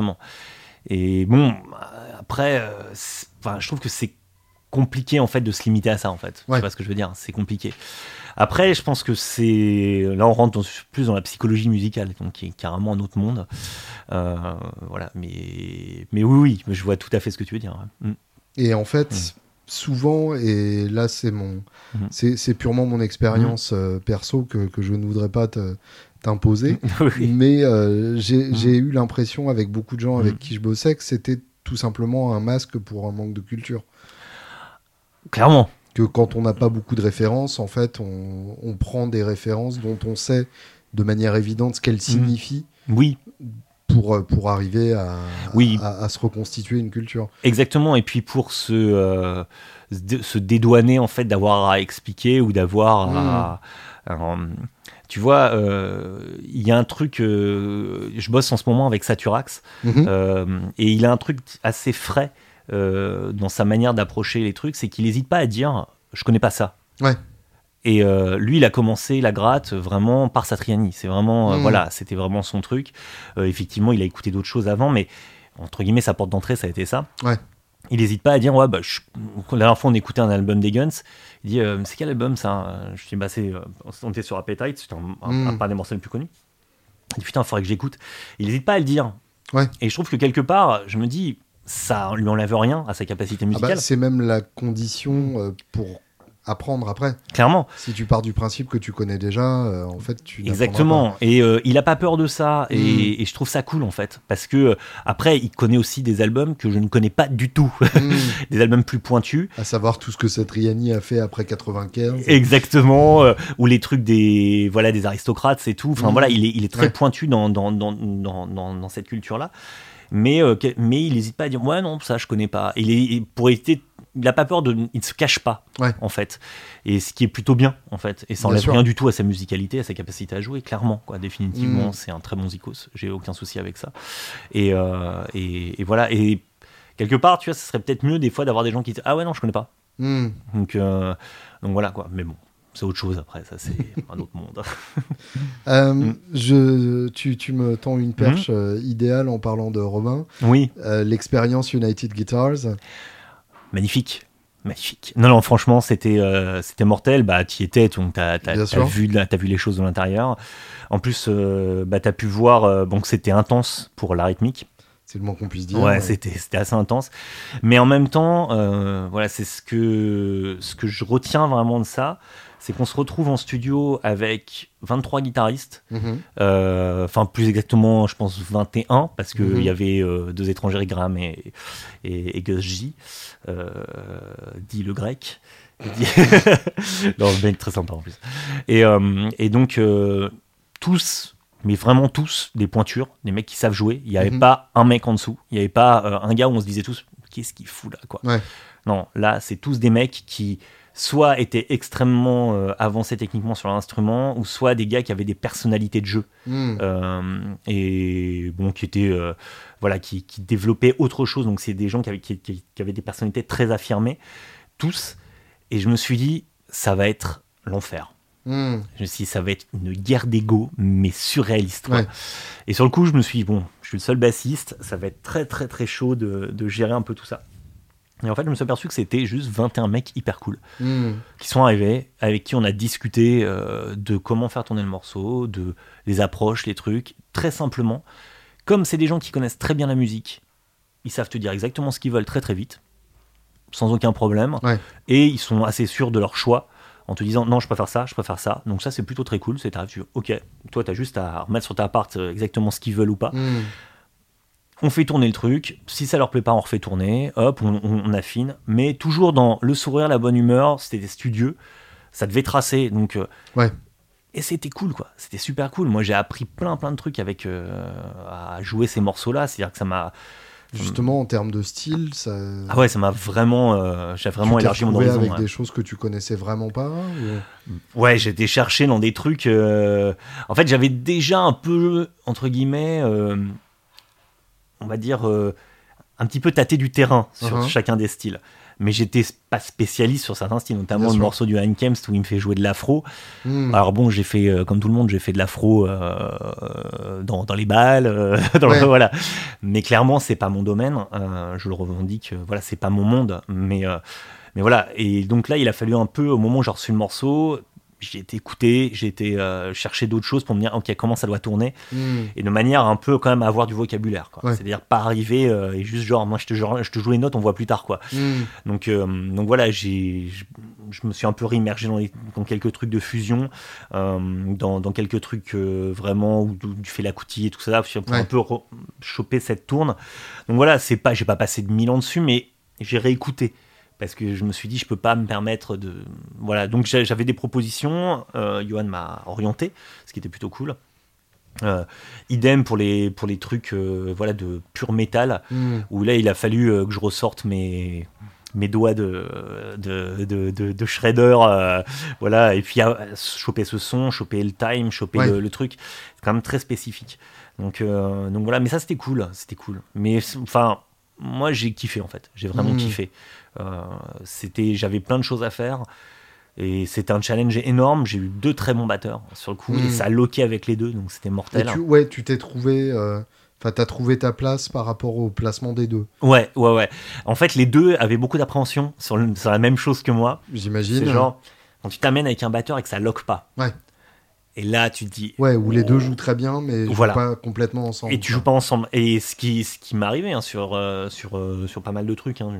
B: Et bon, après, je trouve que c'est compliqué en fait de se limiter à ça en fait. Ouais. Je sais pas ce que je veux dire, c'est compliqué. Après, je pense que là on rentre plus dans la psychologie musicale, donc qui est carrément un autre monde. Voilà, mais oui, je vois tout à fait ce que tu veux dire.
A: Et en fait, souvent, et là c'est c'est purement mon expérience perso que je ne voudrais pas t'imposer, mais j'ai eu l'impression avec beaucoup de gens avec qui je bossais que c'était tout simplement un masque pour un manque de culture.
B: Clairement.
A: Que quand on n'a pas beaucoup de références, en fait, on prend des références dont on sait de manière évidente ce qu'elles signifient.
B: Oui.
A: Pour arriver à se reconstituer une culture.
B: Exactement, et puis pour se dédouaner en fait d'avoir à expliquer ou d'avoir tu vois, il y a un truc, je bosse en ce moment avec Saturax, et il a un truc assez frais dans sa manière d'approcher les trucs, c'est qu'il n'hésite pas à dire « je connais pas ça ».
A: Ouais.
B: Et lui, il a commencé la gratte vraiment par Satriani. C'est vraiment, voilà, c'était vraiment son truc. Effectivement, il a écouté d'autres choses avant, mais entre guillemets, sa porte d'entrée, ça a été ça.
A: Ouais.
B: Il n'hésite pas à dire, la dernière fois, on écoutait un album des Guns. Il dit, c'est quel album ça ? Je dis, on était sur Appetite, c'était un des morceaux les plus connus. Il dit, putain, il faudrait que j'écoute. Il n'hésite pas à le dire.
A: Ouais.
B: Et je trouve que quelque part, je me dis, ça lui enlève rien à sa capacité musicale.
A: C'est même la condition pour apprendre après.
B: Clairement.
A: Si tu pars du principe que tu connais déjà, en fait, tu
B: Exactement.
A: pas.
B: Et il a pas peur de ça. Et je trouve ça cool, en fait. Parce que, après, il connaît aussi des albums que je ne connais pas du tout. Des albums plus pointus.
A: À savoir tout ce que Satriani a fait après 95.
B: Exactement. Ou les trucs des aristocrates et tout. Enfin, voilà, il est très pointu dans cette culture-là. Mais il n'hésite pas à dire, ouais, non, ça, je connais pas. Pour éviter. Il n'a pas peur il ne se cache pas, en fait. Et ce qui est plutôt bien, en fait. Et ça n'enlève rien du tout à sa musicalité, à sa capacité à jouer, clairement, quoi. Définitivement, c'est un très bon zikos. J'ai aucun souci avec ça. Et voilà. Et quelque part, tu vois, ce serait peut-être mieux des fois d'avoir des gens qui disent, ah ouais, non, je connais pas. Donc voilà, quoi. Mais bon. C'est autre chose après, ça c'est un autre monde.
A: Tu me tends une perche idéale en parlant de Robin.
B: Oui.
A: L'expérience United Guitars.
B: Magnifique. Non, franchement, c'était mortel. Bah, t'y étais, donc t'as vu les choses de l'intérieur. En plus, t'as pu voir que c'était intense pour la rythmique.
A: C'est le moins qu'on puisse dire.
B: Ouais, c'était assez intense. Mais en même temps, voilà, c'est ce que je retiens vraiment de ça. C'est qu'on se retrouve en studio avec 23 guitaristes, enfin plus exactement, je pense 21, parce qu'il y avait 2 étrangers, Graham et Gus J, dit le grec. Non, le mec très sympa en plus. Et donc, tous, mais vraiment tous, des pointures, des mecs qui savent jouer. Il n'y avait pas un mec en dessous, il n'y avait pas un gars où on se disait tous, qu'est-ce qu'il fout là, quoi. Ouais. Non, là, c'est tous des mecs qui soit étaient extrêmement avancés techniquement sur l'instrument, ou soit des gars qui avaient des personnalités de jeu, et bon, qui étaient qui développaient autre chose. Donc c'est des gens qui avaient des personnalités très affirmées, tous. Et je me suis dit, ça va être l'enfer. Je me suis dit, ça va être une guerre d'ego, mais surréaliste. Ouais. Et sur le coup, je me suis dit, bon, je suis le seul bassiste, ça va être très très très chaud de gérer un peu tout ça. Et en fait, je me suis aperçu que c'était juste 21 mecs hyper cool qui sont arrivés, avec qui on a discuté de comment faire tourner le morceau, de les approches, les trucs, très simplement. Comme c'est des gens qui connaissent très bien la musique, ils savent te dire exactement ce qu'ils veulent très très vite, sans aucun problème, et ils sont assez sûrs de leur choix, en te disant non, je préfère ça. Donc ça, c'est plutôt très cool. C'est ok, toi, t'as juste à remettre sur ta part exactement ce qu'ils veulent ou pas. On fait tourner le truc, si ça leur plaît pas, on refait tourner, hop, on affine, mais toujours dans le sourire, la bonne humeur. C'était studieux, ça devait tracer, donc et c'était cool, quoi. C'était super cool. Moi, j'ai appris plein de trucs avec à jouer ces morceaux-là. C'est-à-dire que ça m'a
A: justement en termes de style, ça.
B: Ah ouais, ça m'a vraiment, j'ai vraiment élargi mon horizon.
A: Avec des choses que tu connaissais vraiment pas.
B: Ouais, j'étais cherché dans des trucs. En fait, j'avais déjà un peu entre guillemets. On va dire, un petit peu tâter du terrain sur chacun des styles. Mais j'étais pas spécialiste sur certains styles, notamment le morceau du Heinkemst où il me fait jouer de l'afro. Alors bon, j'ai fait, comme tout le monde, j'ai fait de l'afro dans les balles, voilà. Mais clairement, c'est pas mon domaine. Je le revendique, voilà, c'est pas mon monde. Mais voilà. Et donc là, il a fallu un peu, au moment où j'ai reçu le morceau, j'ai été écouté, j'ai été chercher d'autres choses pour me dire ok, comment ça doit tourner, et de manière un peu quand même à avoir du vocabulaire, quoi. C'est-à-dire pas arriver et juste genre moi je te joue les notes, on voit plus tard, quoi. Donc voilà, je me suis un peu réimmergé dans quelques trucs de fusion, dans quelques trucs vraiment où tu fais la coutille et tout ça, pour un peu choper cette tourne. Donc voilà, j'ai pas passé de 1000 ans dessus, mais j'ai réécouté. Parce que je me suis dit, je peux pas me permettre de... Voilà, donc j'avais des propositions, Johan m'a orienté, ce qui était plutôt cool. Idem pour les trucs de pur métal, où là, il a fallu que je ressorte mes doigts de shredder, et puis choper ce son, choper le time, choper le truc. C'est quand même très spécifique. Donc voilà, mais ça, c'était cool. Mais enfin... Moi, j'ai kiffé, en fait. J'ai vraiment kiffé. J'avais plein de choses à faire. Et c'était un challenge énorme. J'ai eu 2 très bons batteurs sur le coup. Et ça a loqué avec les 2, donc c'était mortel.
A: Et tu t'es trouvé... t'as trouvé ta place par rapport au placement des 2.
B: Ouais. En fait, les 2 avaient beaucoup d'appréhension sur la même chose que moi.
A: J'imagine.
B: C'est genre, quand tu t'amènes avec un batteur et que ça loque pas. Et là, tu te dis...
A: Ouais, où les deux jouent très bien, mais jouent pas complètement ensemble.
B: Et tu joues pas ensemble. Et ce qui m'est arrivé hein, sur pas mal de trucs. Hein.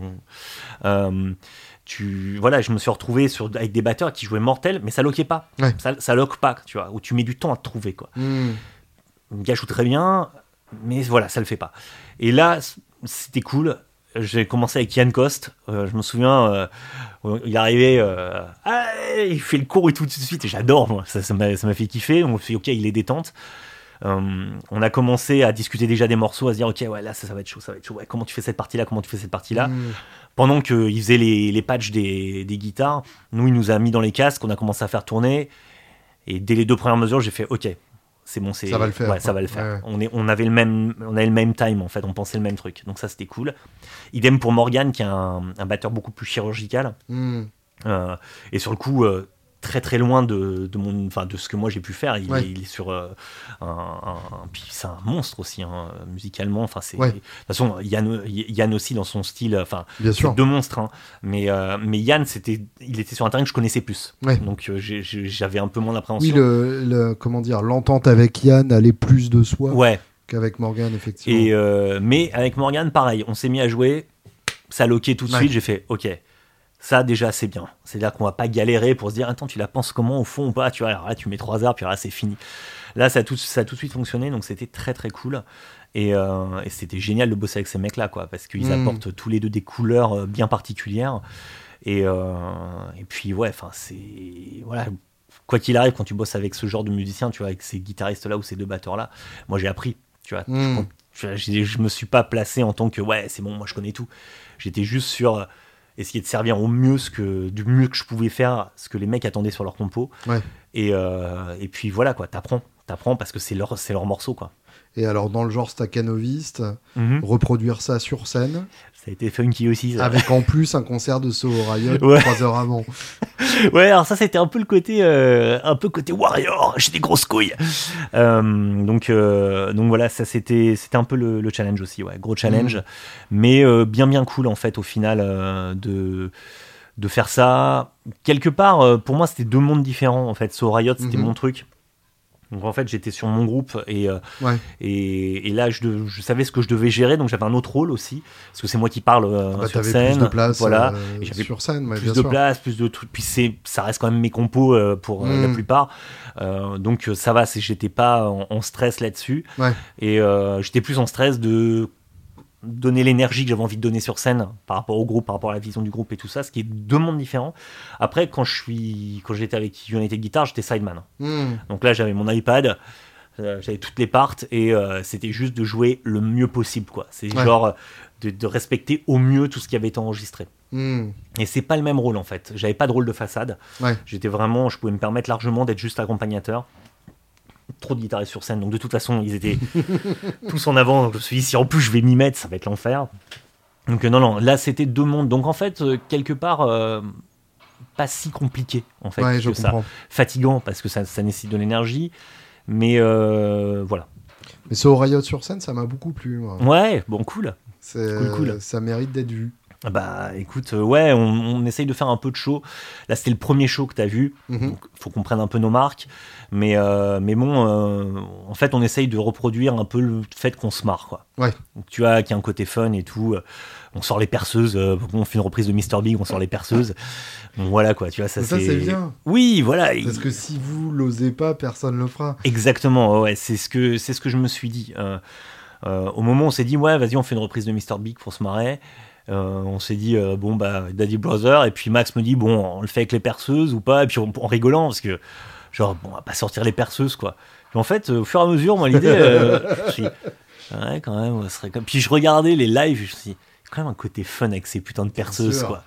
B: Je me suis retrouvé avec des batteurs qui jouaient mortel, mais ça loquait pas.
A: Ouais.
B: Ça loque pas, tu vois. Où tu mets du temps à te trouver, quoi. Le gars joue très bien, mais voilà, ça le fait pas. Et là, c'était cool. J'ai commencé avec Yann Coste. Je me souviens, il est arrivé, il fait le cours et tout de suite. Et j'adore, moi. Ça m'a fait kiffer. On fait, ok, il est détente. On a commencé à discuter déjà des morceaux, à se dire, ok, ouais, là, ça va être chaud, Ouais, comment tu fais cette partie-là, Pendant qu'il faisait les patchs des guitares, nous, il nous a mis dans les casques, on a commencé à faire tourner. Et dès les 2 premières mesures, j'ai fait, ok. C'est bon, ça
A: va le faire.
B: Ouais, ça va le faire.
A: Ouais.
B: On avait le même time en fait, on pensait le même truc. Donc ça c'était cool. Idem pour Morgan qui est un batteur beaucoup plus chirurgical. Et sur le coup très très loin de ce que moi j'ai pu faire. Il est sur puis c'est un monstre aussi hein, musicalement. Enfin c'est de toute façon Yann aussi dans son style. Enfin c'est 2 monstres. Hein. Mais Yann il était sur un terrain que je connaissais plus.
A: Ouais.
B: Donc j'avais un peu moins d'appréhension.
A: Oui comment dire, l'entente avec Yann allait plus de soi.
B: Ouais.
A: Qu'avec Morgan effectivement.
B: Mais avec Morgan pareil, on s'est mis à jouer, ça loquait tout de suite. J'ai fait ok. Ça, déjà, c'est bien. C'est-à-dire qu'on va pas galérer pour se dire, attends, tu la penses comment au fond ou pas, tu vois, alors là, tu mets 3 heures, puis là, c'est fini. Là, ça a tout de suite fonctionné, donc c'était très, très cool. Et c'était génial de bosser avec ces mecs-là, quoi, parce qu'ils apportent tous les deux des couleurs bien particulières. Et puis, ouais, enfin, c'est... Voilà. Quoi qu'il arrive, quand tu bosses avec ce genre de musiciens, tu vois, avec ces guitaristes-là ou ces 2 batteurs-là, moi, j'ai appris, tu vois. Je me suis pas placé en tant que, ouais, c'est bon, moi, je connais tout. J'étais juste sur... essayer de servir au mieux du mieux que je pouvais faire ce que les mecs attendaient sur leur compo.
A: Ouais.
B: Et puis voilà quoi, t'apprends parce que c'est leur morceau quoi.
A: Et alors dans le genre staccanoviste, reproduire ça sur scène,
B: ça a été funky aussi ça.
A: Avec en plus un concert de So Riot 3 heures avant.
B: Ouais, alors ça c'était un peu le côté côté warrior, j'ai des grosses couilles. Donc voilà, ça c'était un peu le challenge aussi, ouais, gros challenge, mais bien cool en fait au final de faire ça. Quelque part pour moi c'était 2 mondes différents en fait. So Riot c'était mon truc. Donc en fait j'étais sur mon groupe et là je savais ce que je devais gérer, donc j'avais un autre rôle aussi parce que c'est moi qui parle sur scène,
A: plus de place,
B: voilà,
A: et j'avais sur scène,
B: plus de place, plus de trucs, puis ça reste quand même mes compos pour la plupart, donc ça va, j'étais pas en stress là-dessus, et j'étais plus en stress de donner l'énergie que j'avais envie de donner sur scène par rapport au groupe, par rapport à la vision du groupe et tout ça, ce qui est 2 mondes différents. Après, quand j'étais avec United Guitar, j'étais sideman. Donc là, j'avais mon iPad, j'avais toutes les parts et c'était juste de jouer le mieux possible, quoi. C'est genre de respecter au mieux tout ce qui avait été enregistré. Et c'est pas le même rôle en fait. J'avais pas de rôle de façade. J'étais vraiment, je pouvais me permettre largement d'être juste accompagnateur. Trop de guitaristes sur scène, donc de toute façon ils étaient tous en avant, donc je me suis dit si en plus je vais m'y mettre ça va être l'enfer. Donc non, là c'était 2 mondes, donc en fait quelque part pas si compliqué en fait que ça. Fatigant parce que ça nécessite de l'énergie, mais voilà.
A: Mais So Riot sur scène ça m'a beaucoup plu, moi.
B: Ouais, bon, cool.
A: Cool. Ça mérite d'être vu.
B: Bah écoute, ouais, on essaye de faire un peu de show. Là c'était le premier show que t'as vu, donc faut qu'on prenne un peu nos marques, mais bon, en fait on essaye de reproduire un peu le fait qu'on se marre, quoi. Donc, tu vois, qu'il y a un côté fun et tout. On sort les perceuses, on fait une reprise de Mr Big, on sort les perceuses. Donc voilà quoi, tu vois, ça
A: c'est bien.
B: Oui, voilà.
A: Parce que si vous l'osez pas, personne le fera.
B: Exactement, ouais, c'est ce que je me suis dit. Au moment où on s'est dit ouais, vas-y, on fait une reprise de Mr Big pour se marrer. On s'est dit bon bah Daddy Brother, et puis Max me dit bon on le fait avec les perceuses ou pas, et puis en rigolant parce que genre bon on va pas sortir les perceuses quoi. Puis en fait au fur et à mesure moi l'idée je suis ouais quand même ça serait comme, puis je regardais les lives, je me suis dit quand même un côté fun avec ces putains de perceuses quoi.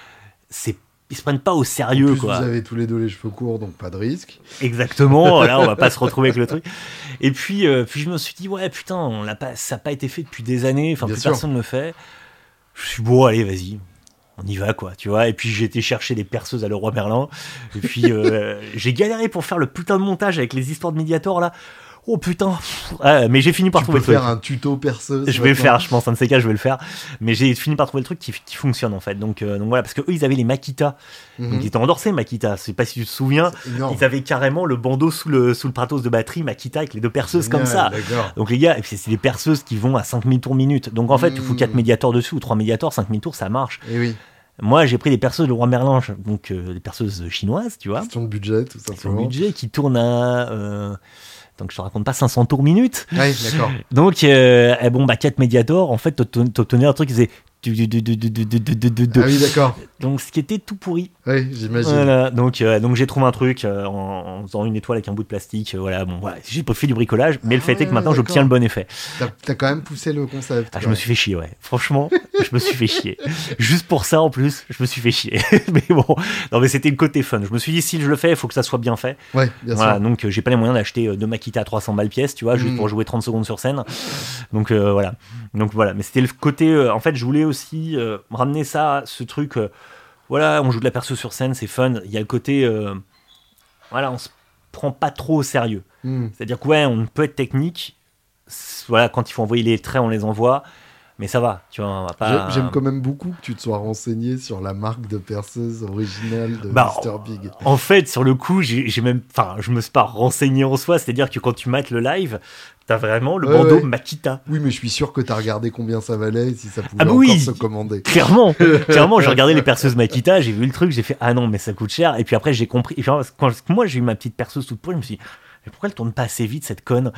B: Ils se prennent pas au sérieux,
A: en plus,
B: quoi.
A: Vous avez tous les 2 les cheveux courts, donc pas de risque.
B: Exactement, là on va pas se retrouver avec le truc. Et puis je me suis dit ouais putain ça a pas été fait depuis des années, enfin plus personne le fait. Je suis bon, allez, vas-y, on y va, quoi, tu vois. Et puis j'ai été chercher des perceuses à Leroy Merlin. Et puis j'ai galéré pour faire le putain de montage avec les histoires de Mediator, là. Oh putain, mais j'ai fini par trouver le truc.
A: Tu peux faire un tuto perceuse.
B: Je vais le faire, je pense, un de ces cas, je vais le faire. Mais j'ai fini par trouver le truc qui fonctionne en fait. Donc voilà, parce que eux, ils avaient les Makita. Donc ils étaient endorsés Makita. Je sais pas si tu te souviens. Ils avaient carrément le bandeau sous le pratos de batterie Makita avec les 2 perceuses comme ça.
A: D'accord.
B: Donc les gars, et puis c'est des perceuses qui vont à 5000 tours minute. Donc en fait, tu fous 4 médiators dessus ou 3 médiators, 5000 tours, ça marche.
A: Et oui.
B: Moi, j'ai pris des perceuses de Leroy Merlin, donc des perceuses chinoises, tu vois.
A: Question de budget, tout simplement.
B: Question de budget qui tourne à. Donc je te raconte pas 500 tours minute.
A: Oui, d'accord.
B: Donc 4 médiators, en fait, t'obtenais un truc qui faisait.
A: Ah oui, d'accord.
B: Donc ce qui était tout pourri.
A: Oui, j'imagine.
B: Voilà, donc j'ai trouvé un truc en faisant une étoile avec un bout de plastique. Voilà, j'ai fait du bricolage, mais le fait est que maintenant j'obtiens le bon effet.
A: T'as quand même poussé le concept.
B: Je me suis fait chier, ouais. Franchement, je me suis fait chier. Juste pour ça, en plus, je me suis fait chier. Mais bon, non, mais c'était le côté fun. Je me suis dit, si je le fais, il faut que ça soit bien fait.
A: Ouais, bien sûr.
B: Donc j'ai pas les moyens d'acheter 2 Makita à 300 balles pièce, tu vois, juste pour jouer 30 secondes sur scène. Donc voilà. Mais c'était le côté. En fait, je voulais aussi ramener ça, ce truc. Voilà, on joue de la perceuse sur scène, c'est fun. Il y a le côté. On se prend pas trop au sérieux. C'est-à-dire que, on peut être technique. Voilà, quand il faut envoyer les traits, on les envoie. Mais ça va, tu vois, on va pas...
A: J'aime quand même beaucoup que tu te sois renseigné sur la marque de perceuse originale de Mr. Big.
B: En fait, sur le coup, je me suis pas renseigné en soi, c'est-à-dire que quand tu mates le live, t'as vraiment le bandeau Makita.
A: Oui, mais je suis sûr que t'as regardé combien ça valait et si ça pouvait encore se commander.
B: Clairement, j'ai regardé les perceuses Makita, j'ai vu le truc, j'ai fait ah non, mais ça coûte cher. Et puis après, j'ai compris. Et puis, quand moi, j'ai eu ma petite perceuse toute pourrie, je me suis dit, mais pourquoi elle tourne pas assez vite cette conne?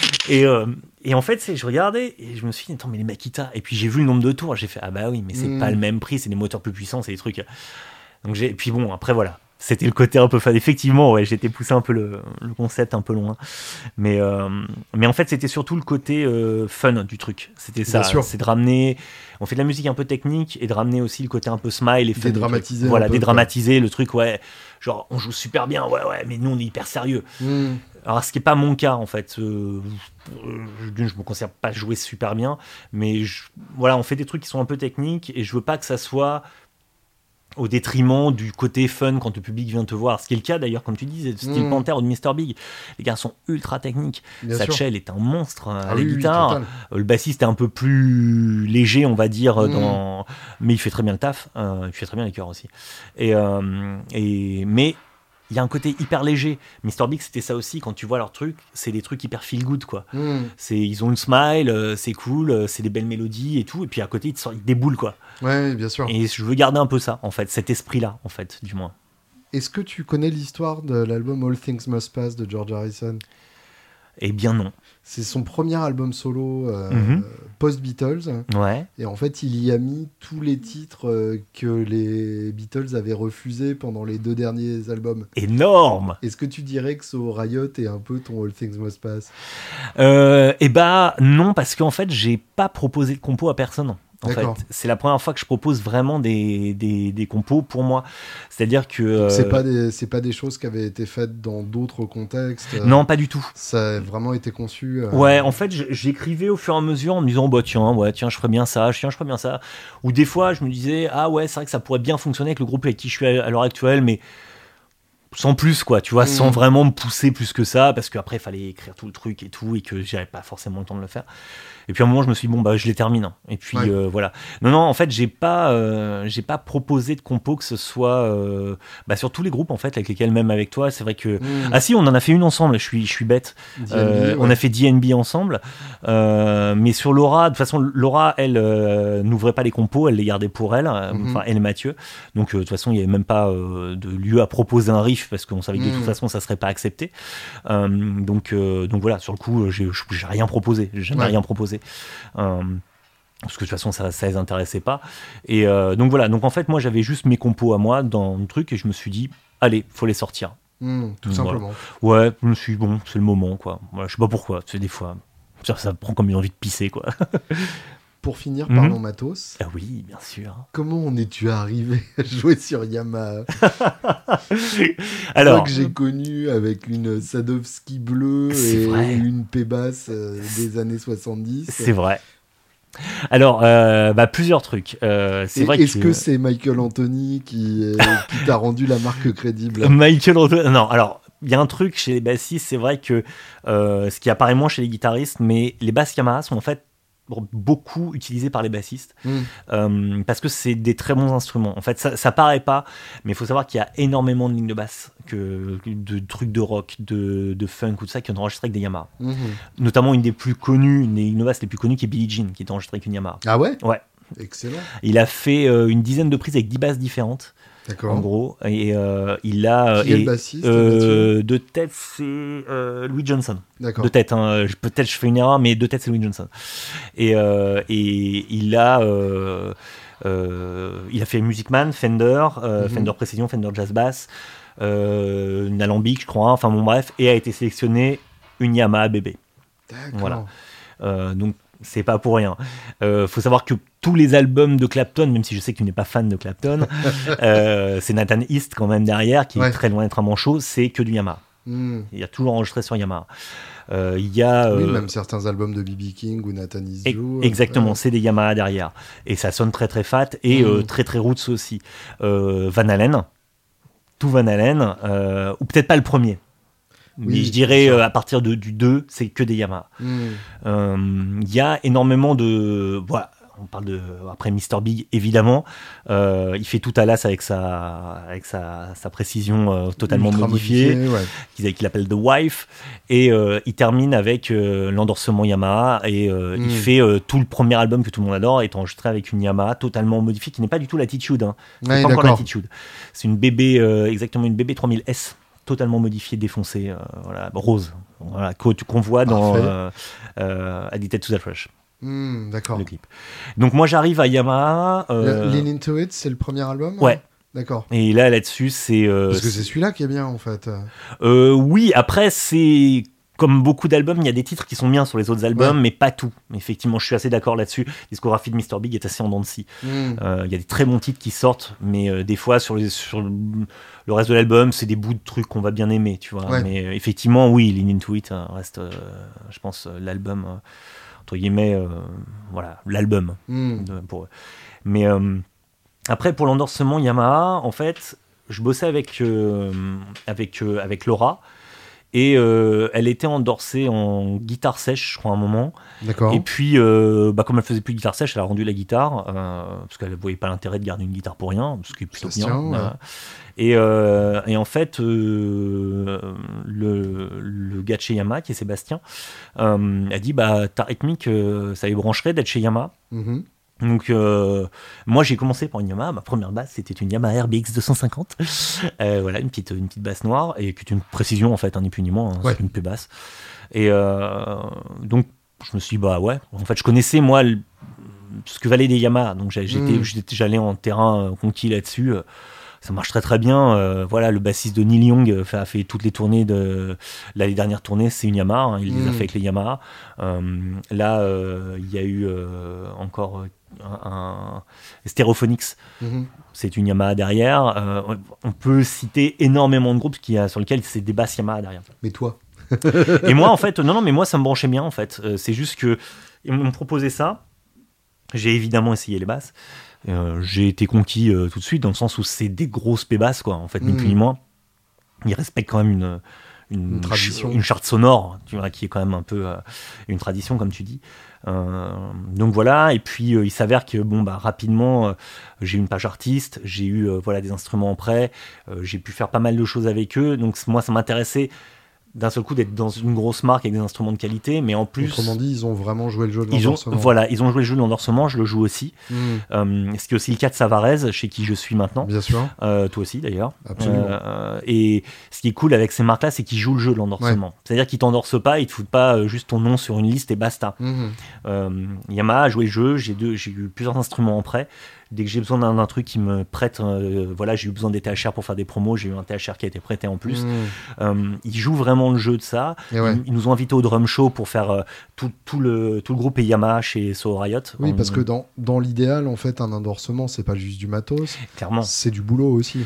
B: Et en fait, je regardais et je me suis dit, attends, mais les Makita. Et puis j'ai vu le nombre de tours, j'ai fait, ah bah oui, mais c'est pas le même prix, c'est des moteurs plus puissants, c'est des trucs. Donc et puis bon, après voilà, c'était le côté un peu fan. Effectivement, ouais, j'étais poussé un peu le concept un peu loin. Mais en fait, c'était surtout le côté fun du truc. C'était ça, c'est de ramener. On fait de la musique un peu technique et de ramener aussi le côté un peu smile et fun.
A: Dédramatiser.
B: Voilà, dédramatiser le truc, ouais. Genre, on joue super bien, ouais, mais nous, on est hyper sérieux. Alors, ce qui n'est pas mon cas, en fait. Je me considère pas jouer super bien, mais on fait des trucs qui sont un peu techniques et je veux pas que ça soit au détriment du côté fun quand le public vient te voir. Ce qui est le cas d'ailleurs, comme tu dis, style Panther ou de Mr. Big. Les gars sont ultra techniques. Satchel est un monstre à la guitare. Le bassiste est un peu plus léger, on va dire, mais il fait très bien le taf. Il fait très bien les chœurs aussi. Mais il y a un côté hyper léger. Mr. Big, c'était ça aussi. Quand tu vois leurs trucs, c'est des trucs hyper feel good, quoi. Ils ont une smile, c'est cool, c'est des belles mélodies et tout. Et puis à côté, ils déboulent, quoi.
A: Ouais, bien sûr.
B: Et je veux garder un peu ça, en fait, cet esprit-là, en fait, du moins.
A: Est-ce que tu connais l'histoire de l'album All Things Must Pass de George Harrison?
B: Eh bien non.
A: C'est son premier album solo post-Beatles.
B: Ouais.
A: Et en fait, il y a mis tous les titres que les Beatles avaient refusés pendant les 2 derniers albums.
B: Énorme!
A: Est-ce que tu dirais que So Riot est un peu ton All Things Must Pass?
B: Non, parce qu'en fait, j'ai pas proposé de compo à personne. En fait, c'est la première fois que je propose vraiment des compos pour moi. C'est-à-dire que
A: c'est pas des choses qui avaient été faites dans d'autres contextes.
B: Non, pas du tout.
A: Ça a vraiment été conçu.
B: Ouais, en fait, j'écrivais au fur et à mesure en me disant tiens, je ferais bien ça, Ou des fois, je me disais c'est vrai que ça pourrait bien fonctionner avec le groupe avec qui je suis à l'heure actuelle, mais sans plus, quoi, tu vois, sans vraiment me pousser plus que ça, parce qu'après, il fallait écrire tout le truc et tout, et que j'avais pas forcément le temps de le faire. Et puis à un moment, je me suis dit, je les termine. Et puis voilà. Non, en fait, j'ai pas proposé de compo que ce soit sur tous les groupes, en fait, avec lesquels, même avec toi, c'est vrai que. Ah si, on en a fait une ensemble, je suis bête. On a fait DNB ensemble. Mais sur Laura, de toute façon, Laura, elle n'ouvrait pas les compos, elle les gardait pour elle, elle et Mathieu. Donc de toute façon, il n'y avait même pas de lieu à proposer un riff, parce qu'on savait que de toute façon, ça serait pas accepté. Donc voilà, sur le coup, j'ai rien proposé. J'ai jamais rien proposé. Parce que de toute façon ça les intéressait pas et donc voilà, donc en fait moi j'avais juste mes compos à moi dans le truc et je me suis dit allez, faut les sortir
A: tout simplement.
B: Voilà. Ouais, je me suis dit c'est le moment, quoi. Voilà, je sais pas pourquoi, c'est des fois ça prend comme une envie de pisser, quoi.
A: Pour finir, parlons matos.
B: Ah oui, bien sûr.
A: Comment en es-tu arrivé à jouer sur Yamaha?
B: Alors,
A: que j'ai connu avec une Sadowski bleue et une P-Bass des années 70.
B: C'est vrai. Alors, plusieurs trucs.
A: Est-ce que c'est Michael Anthony qui t'a rendu la marque crédible?
B: Michael Anthony, non, alors... il y a un truc chez les bassistes, c'est vrai que ce qui apparaît moins chez les guitaristes, mais les basses Yamaha sont en fait beaucoup utilisés par les bassistes parce que c'est des très bons instruments. En fait, ça paraît pas, mais il faut savoir qu'il y a énormément de lignes de basse, de trucs de rock, de funk ou tout ça qui ont enregistré avec des Yamaha. Notamment une des plus connues, une des lignes de basse les plus connues qui est Billie Jean, qui est enregistrée avec une Yamaha.
A: Ah ouais ?
B: Ouais.
A: Excellent.
B: Il a fait une dizaine de prises avec 10 basses différentes.
A: D'accord.
B: En gros, et il a
A: qui est le bassiste
B: de tête c'est Louis Johnson.
A: D'accord.
B: De tête, hein, peut-être je fais une erreur, mais de tête c'est Louis Johnson. Et il a fait Music Man, Fender, Fender Precision, Fender Jazz Bass, une alambic, je crois. Enfin bon bref, et a été sélectionné une Yamaha BB.
A: D'accord.
B: Voilà. Donc c'est pas pour rien. Faut savoir que tous les albums de Clapton, même si je sais que tu n'es pas fan de Clapton, c'est Nathan East quand même derrière, qui est très loin d'être un manchot, c'est que du Yamaha. Il y a toujours enregistré sur Yamaha. Il y a
A: oui, même certains albums de B.B. King ou Nathan East joue.
B: Exactement, c'est des Yamaha derrière. Et ça sonne très très fat et très très roots aussi. Van Halen, tout Van Halen, ou peut-être pas le premier. Mais je dirais à partir du 2, c'est que des Yamaha. Il y a énormément de... Voilà, on parle de... Après Mr. Big, évidemment. Il fait tout à l'as avec sa précision totalement
A: ultra
B: modifiée,
A: ouais.
B: qu'il appelle The Wife. Et il termine avec l'endorsement Yamaha. Et il fait tout le premier album que tout le monde adore, est enregistré avec une Yamaha totalement modifiée, qui n'est pas du tout l'Attitude. Hein. C'est pas encore l'Attitude. C'est une BB, exactement une BB 3000S. Totalement modifié, défoncé, rose, qu'on voit dans Addicted to the Rush.
A: D'accord.
B: Le clip. Donc moi j'arrive à Yamaha.
A: Lean Into It, c'est le premier album.
B: Ouais.
A: D'accord.
B: Et là-dessus, c'est.
A: Parce que c'est celui-là qui est bien en fait.
B: Oui, après c'est. Comme beaucoup d'albums, il y a des titres qui sont bien sur les autres albums, mais pas tout. Effectivement, je suis assez d'accord là-dessus. La discographie de Mr. Big est assez en dents de scie. Il y a des très bons titres qui sortent, mais des fois, sur le reste de l'album, c'est des bouts de trucs qu'on va bien aimer, tu vois.
A: Ouais.
B: Mais effectivement, oui, Lean Into It reste, je pense, l'album, entre guillemets, l'album pour eux. Mais après, pour l'endorsement Yamaha, en fait, je bossais avec Laura. Et elle était endorsée en guitare sèche, je crois, à un moment.
A: D'accord.
B: Et puis, comme elle faisait plus de guitare sèche, elle a rendu la guitare, parce qu'elle ne voyait pas l'intérêt de garder une guitare pour rien, ce qui est plutôt bien.
A: Ouais.
B: Et en fait, le gars de chez Yamaha, qui est Sébastien, a dit ta rythmique, ça les brancherait d'être chez Yamaha. Donc moi j'ai commencé par une Yamaha, ma première basse c'était une Yamaha RBX 250, une petite basse noire, et qui est une précision en fait, ni plus ni moins, c'est une peu basse. Et donc je me suis dit en fait je connaissais moi ce que valaient des Yamaha, donc j'allais en terrain conquis là-dessus. Ça marche très très bien. Le bassiste de Neil Young a fait toutes les tournées les dernières tournées, c'est une Yamaha, il les a fait avec les Yamaha. Il y a eu encore un Stereophonics, c'est une Yamaha derrière. On peut citer énormément de groupes sur lesquels c'est des basses Yamaha derrière.
A: Mais toi
B: Et moi en fait, non mais moi ça me branchait bien en fait. C'est juste que ils m'ont proposé ça. J'ai évidemment essayé les basses. J'ai été conquis tout de suite, dans le sens où c'est des grosses P-basses, quoi, en fait, ni plus ni moins. Ils respectent quand même une charte sonore, tu vois, qui est quand même un peu une tradition, comme tu dis. Donc voilà, et puis il s'avère que rapidement, j'ai eu une page artiste, j'ai eu des instruments en prêt, j'ai pu faire pas mal de choses avec eux, donc moi ça m'intéressait d'un seul coup d'être dans une grosse marque avec des instruments de qualité, mais en plus...
A: Autrement dit, ils ont vraiment joué le jeu de l'endorsement.
B: Ils ont joué le jeu de l'endorsement, je le joue aussi. Ce qui est aussi le cas de Savarez, chez qui je suis maintenant.
A: Bien sûr.
B: Toi aussi, d'ailleurs.
A: Absolument.
B: Et ce qui est cool avec ces marques-là, c'est qu'ils jouent le jeu de l'endorsement. Ouais. C'est-à-dire qu'ils t'endorsent pas, ils te foutent pas juste ton nom sur une liste et basta. Yamaha a joué le jeu, j'ai eu plusieurs instruments en prêt. Dès que j'ai besoin d'un truc qui me prête, j'ai eu besoin des THR pour faire des promos, j'ai eu un THR qui a été prêté en plus. Ils jouent vraiment le jeu de ça. Ils nous ont invités au drum show pour faire tout le groupe et Yamaha chez Soho Riot.
A: Oui, parce que dans l'idéal, en fait, un endorsement, c'est pas juste du matos.
B: Clairement.
A: C'est du boulot aussi.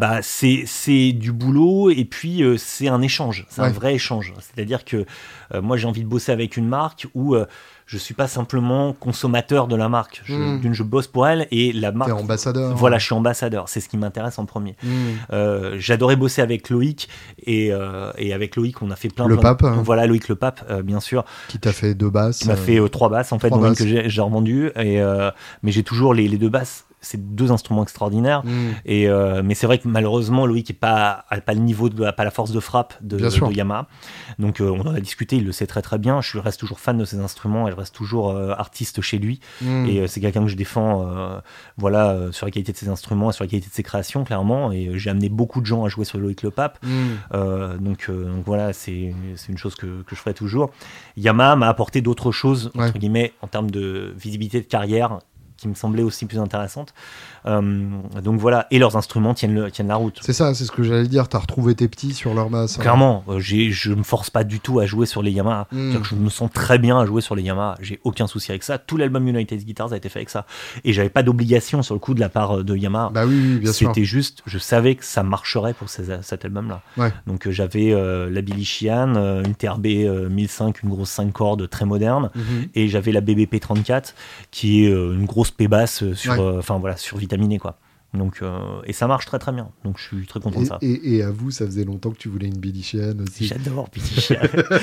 B: C'est du boulot, et puis c'est un échange. C'est un vrai échange. C'est-à-dire que moi, j'ai envie de bosser avec une marque où... je suis pas simplement consommateur de la marque. Je bosse pour elle et la marque.
A: T'es ambassadeur.
B: Voilà, je suis ambassadeur. C'est ce qui m'intéresse en premier. J'adorais bosser avec Loïc et avec Loïc, on a fait plein.
A: Pape.
B: Voilà, Loïc le Pape, bien sûr.
A: Qui t'a fait 2 basses.
B: Qui m'a fait 3 basses en fait, dont une que j'ai revendu. Mais j'ai toujours les 2 basses. C'est 2 instruments extraordinaires. Mais c'est vrai que malheureusement, Loïc a pas le niveau, pas la force de frappe de Yamaha. Donc on en a discuté, il le sait très très bien. Je reste toujours fan de ses instruments et je reste toujours artiste chez lui. Et c'est quelqu'un que je défends sur la qualité de ses instruments et sur la qualité de ses créations, clairement. Et j'ai amené beaucoup de gens à jouer sur Loïc le Pape. Donc voilà, c'est une chose que je ferai toujours. Yamaha m'a apporté d'autres choses, entre guillemets, en termes de visibilité de carrière, qui me semblait aussi plus intéressante. Donc voilà, et leurs instruments tiennent la route.
A: C'est ça, c'est ce que j'allais dire, t'as retrouvé tes petits sur leur basse.
B: Clairement, je me force pas du tout à jouer sur les Yamaha. C'est-à-dire que je me sens très bien à jouer sur les Yamaha, j'ai aucun souci avec ça. Tout l'album United Guitars a été fait avec ça. Et j'avais pas d'obligation sur le coup de la part de Yamaha.
A: Bah oui, bien sûr.
B: C'était juste, je savais que ça marcherait pour cet album-là.
A: Ouais.
B: Donc j'avais la Billy Sheehan, une TRB 1005, une grosse 5 cordes très moderne, et j'avais la BBP 34, qui est une grosse P-bass sur vitaminé, quoi. Donc, et ça marche très très bien, donc je suis très content de ça.
A: Et à vous, ça faisait longtemps que tu voulais une Billy Sheehan aussi.
B: J'adore Billy Sheehan.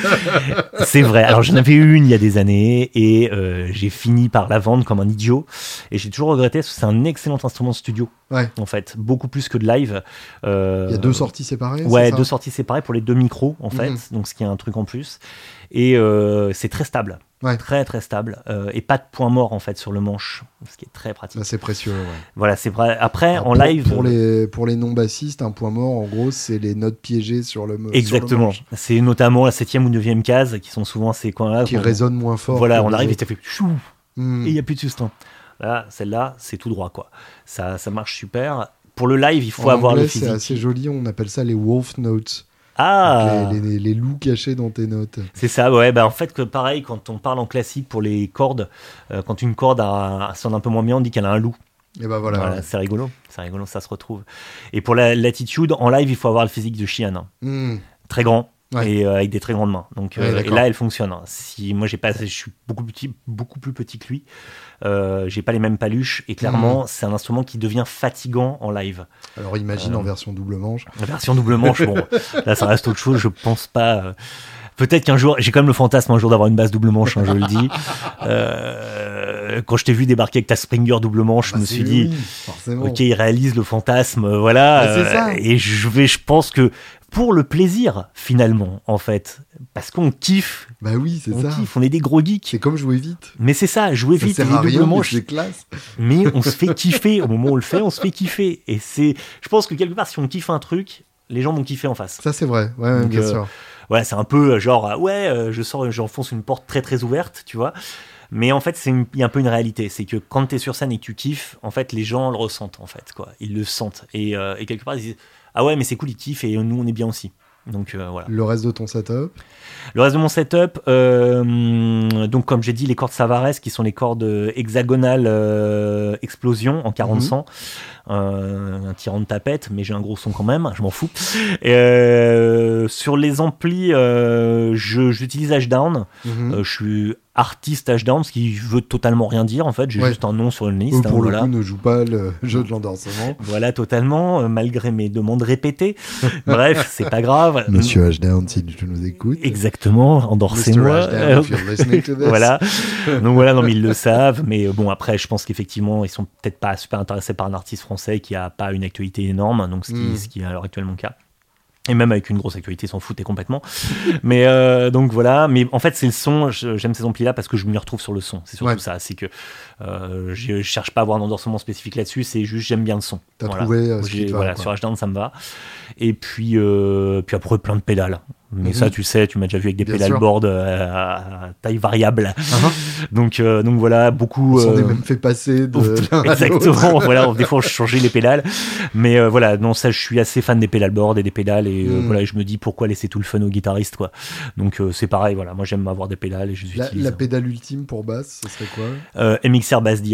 B: C'est vrai, alors j'en avais une il y a des années et j'ai fini par la vendre comme un idiot, et j'ai toujours regretté parce que c'est un excellent instrument de studio, en fait, beaucoup plus que de live.
A: Il y a 2 sorties séparées.
B: Ouais, 2 sorties séparées pour les 2 micros en fait, donc ce qui est un truc en plus, et c'est très stable. Très très stable, et pas de point mort en fait sur le manche, ce qui est très pratique.
A: C'est précieux.
B: Voilà, c'est vrai. Après, en live,
A: pour les non bassistes, un point mort en gros c'est les notes piégées sur le
B: exactement.
A: Sur le manche.
B: C'est notamment la 7e ou 9e case qui sont souvent ces coins-là
A: qui résonnent moins fort.
B: Voilà, on arrive et ça fait chou, et il y a plus de sustain. Là, celle-là, c'est tout droit, quoi. Ça marche super. Pour le live, il faut avoir le physique.
A: C'est assez joli. On appelle ça les wolf notes.
B: Ah,
A: les loups cachés dans tes notes. C'est
B: ça, ouais. Bah, en fait, pareil, quand on parle en classique pour les cordes, quand une corde sonne un peu moins bien, on dit qu'elle a un loup.
A: Et bah voilà.
B: C'est rigolo, ça se retrouve. Et pour l'attitude, en live, il faut avoir le physique de Sheehan. Très grand. Et avec des très grandes mains. Donc, et là, elle fonctionne. Si moi, je suis beaucoup plus petit que lui. J'ai pas les mêmes paluches, et clairement, c'est un instrument qui devient fatigant en live.
A: Alors, imagine en version double manche.
B: En version double manche, bon, là, ça reste autre chose. Je pense pas. Peut-être qu'un jour, j'ai quand même le fantasme un jour d'avoir une basse double manche, je le dis. Quand je t'ai vu débarquer avec ta Springer double manche, je me suis dit, ok, il réalise le fantasme, voilà.
A: C'est ça.
B: Et je pense que pour le plaisir, finalement, en fait, parce qu'on kiffe.
A: Bah oui, c'est ça.
B: On est des gros geeks.
A: C'est comme jouer vite.
B: Mais c'est ça, jouer vite.
A: Ça sert à rien, mais c'est classe.
B: Mais on se fait kiffer. Au moment où on le fait, on se fait kiffer. Et je pense que quelque part, si on kiffe un truc, les gens vont kiffer en face.
A: Ça, c'est vrai. Ouais, donc, bien sûr.
B: Ouais, c'est un peu genre, j'enfonce une porte très très ouverte, tu vois. Mais en fait, il y a un peu une réalité. C'est que quand t'es sur scène et que tu kiffes, en fait, les gens le ressentent, en fait, quoi. Ils le sentent. Et quelque part, ils disent, ah ouais, mais c'est cool, ils kiffent et nous, on est bien aussi. Donc voilà.
A: Le reste de ton setup?
B: Le reste de mon setup, donc comme j'ai dit, les cordes Savares, qui sont les cordes hexagonales explosion en 40-100. Un tirant de tapette, mais j'ai un gros son quand même, je m'en fous. Sur les amplis, j'utilise Ashdown. Je suis artiste Ashdown, ce qui veut totalement rien dire en fait. J'ai juste un nom sur une liste.
A: Pour le coup, ne joue pas le jeu de l'endorsement.
B: Voilà, totalement, malgré mes demandes répétées. Bref, c'est pas grave.
A: Monsieur Ashdown, si tu nous écoutes.
B: Exactement, endorsez-moi. Voilà. Donc voilà, non, mais ils le savent. Mais bon, après, je pense qu'effectivement, ils sont peut-être pas super intéressés par un artiste français qui a pas une actualité énorme, donc ce qui est à l'heure actuelle mon cas. Et même avec une grosse actualité, ils s'en foutaient complètement. Mais donc voilà. Mais en fait, c'est le son. J'aime ces amplis-là parce que je me retrouve sur le son. C'est surtout ça. C'est que je cherche pas à avoir un endorsement spécifique là-dessus. C'est juste j'aime bien le son.
A: T'as trouvé ce qui te va,
B: sur Ashdown, ça me va. Et puis après plein de pédales. Mais ça, tu sais, tu m'as déjà vu avec des pédalboards à taille variable. Donc voilà, beaucoup.
A: On s'en est même fait passer de
B: exactement. Voilà, des fois, je changeais les pédales. Mais voilà, non, ça, je suis assez fan des pédalboards et des pédales. Et voilà, je me dis pourquoi laisser tout le fun aux guitaristes, quoi. Donc c'est pareil, voilà. Moi, j'aime avoir des pédales et je les utilise.
A: La pédale ultime pour basse, ce serait quoi?
B: MXR Bass DI.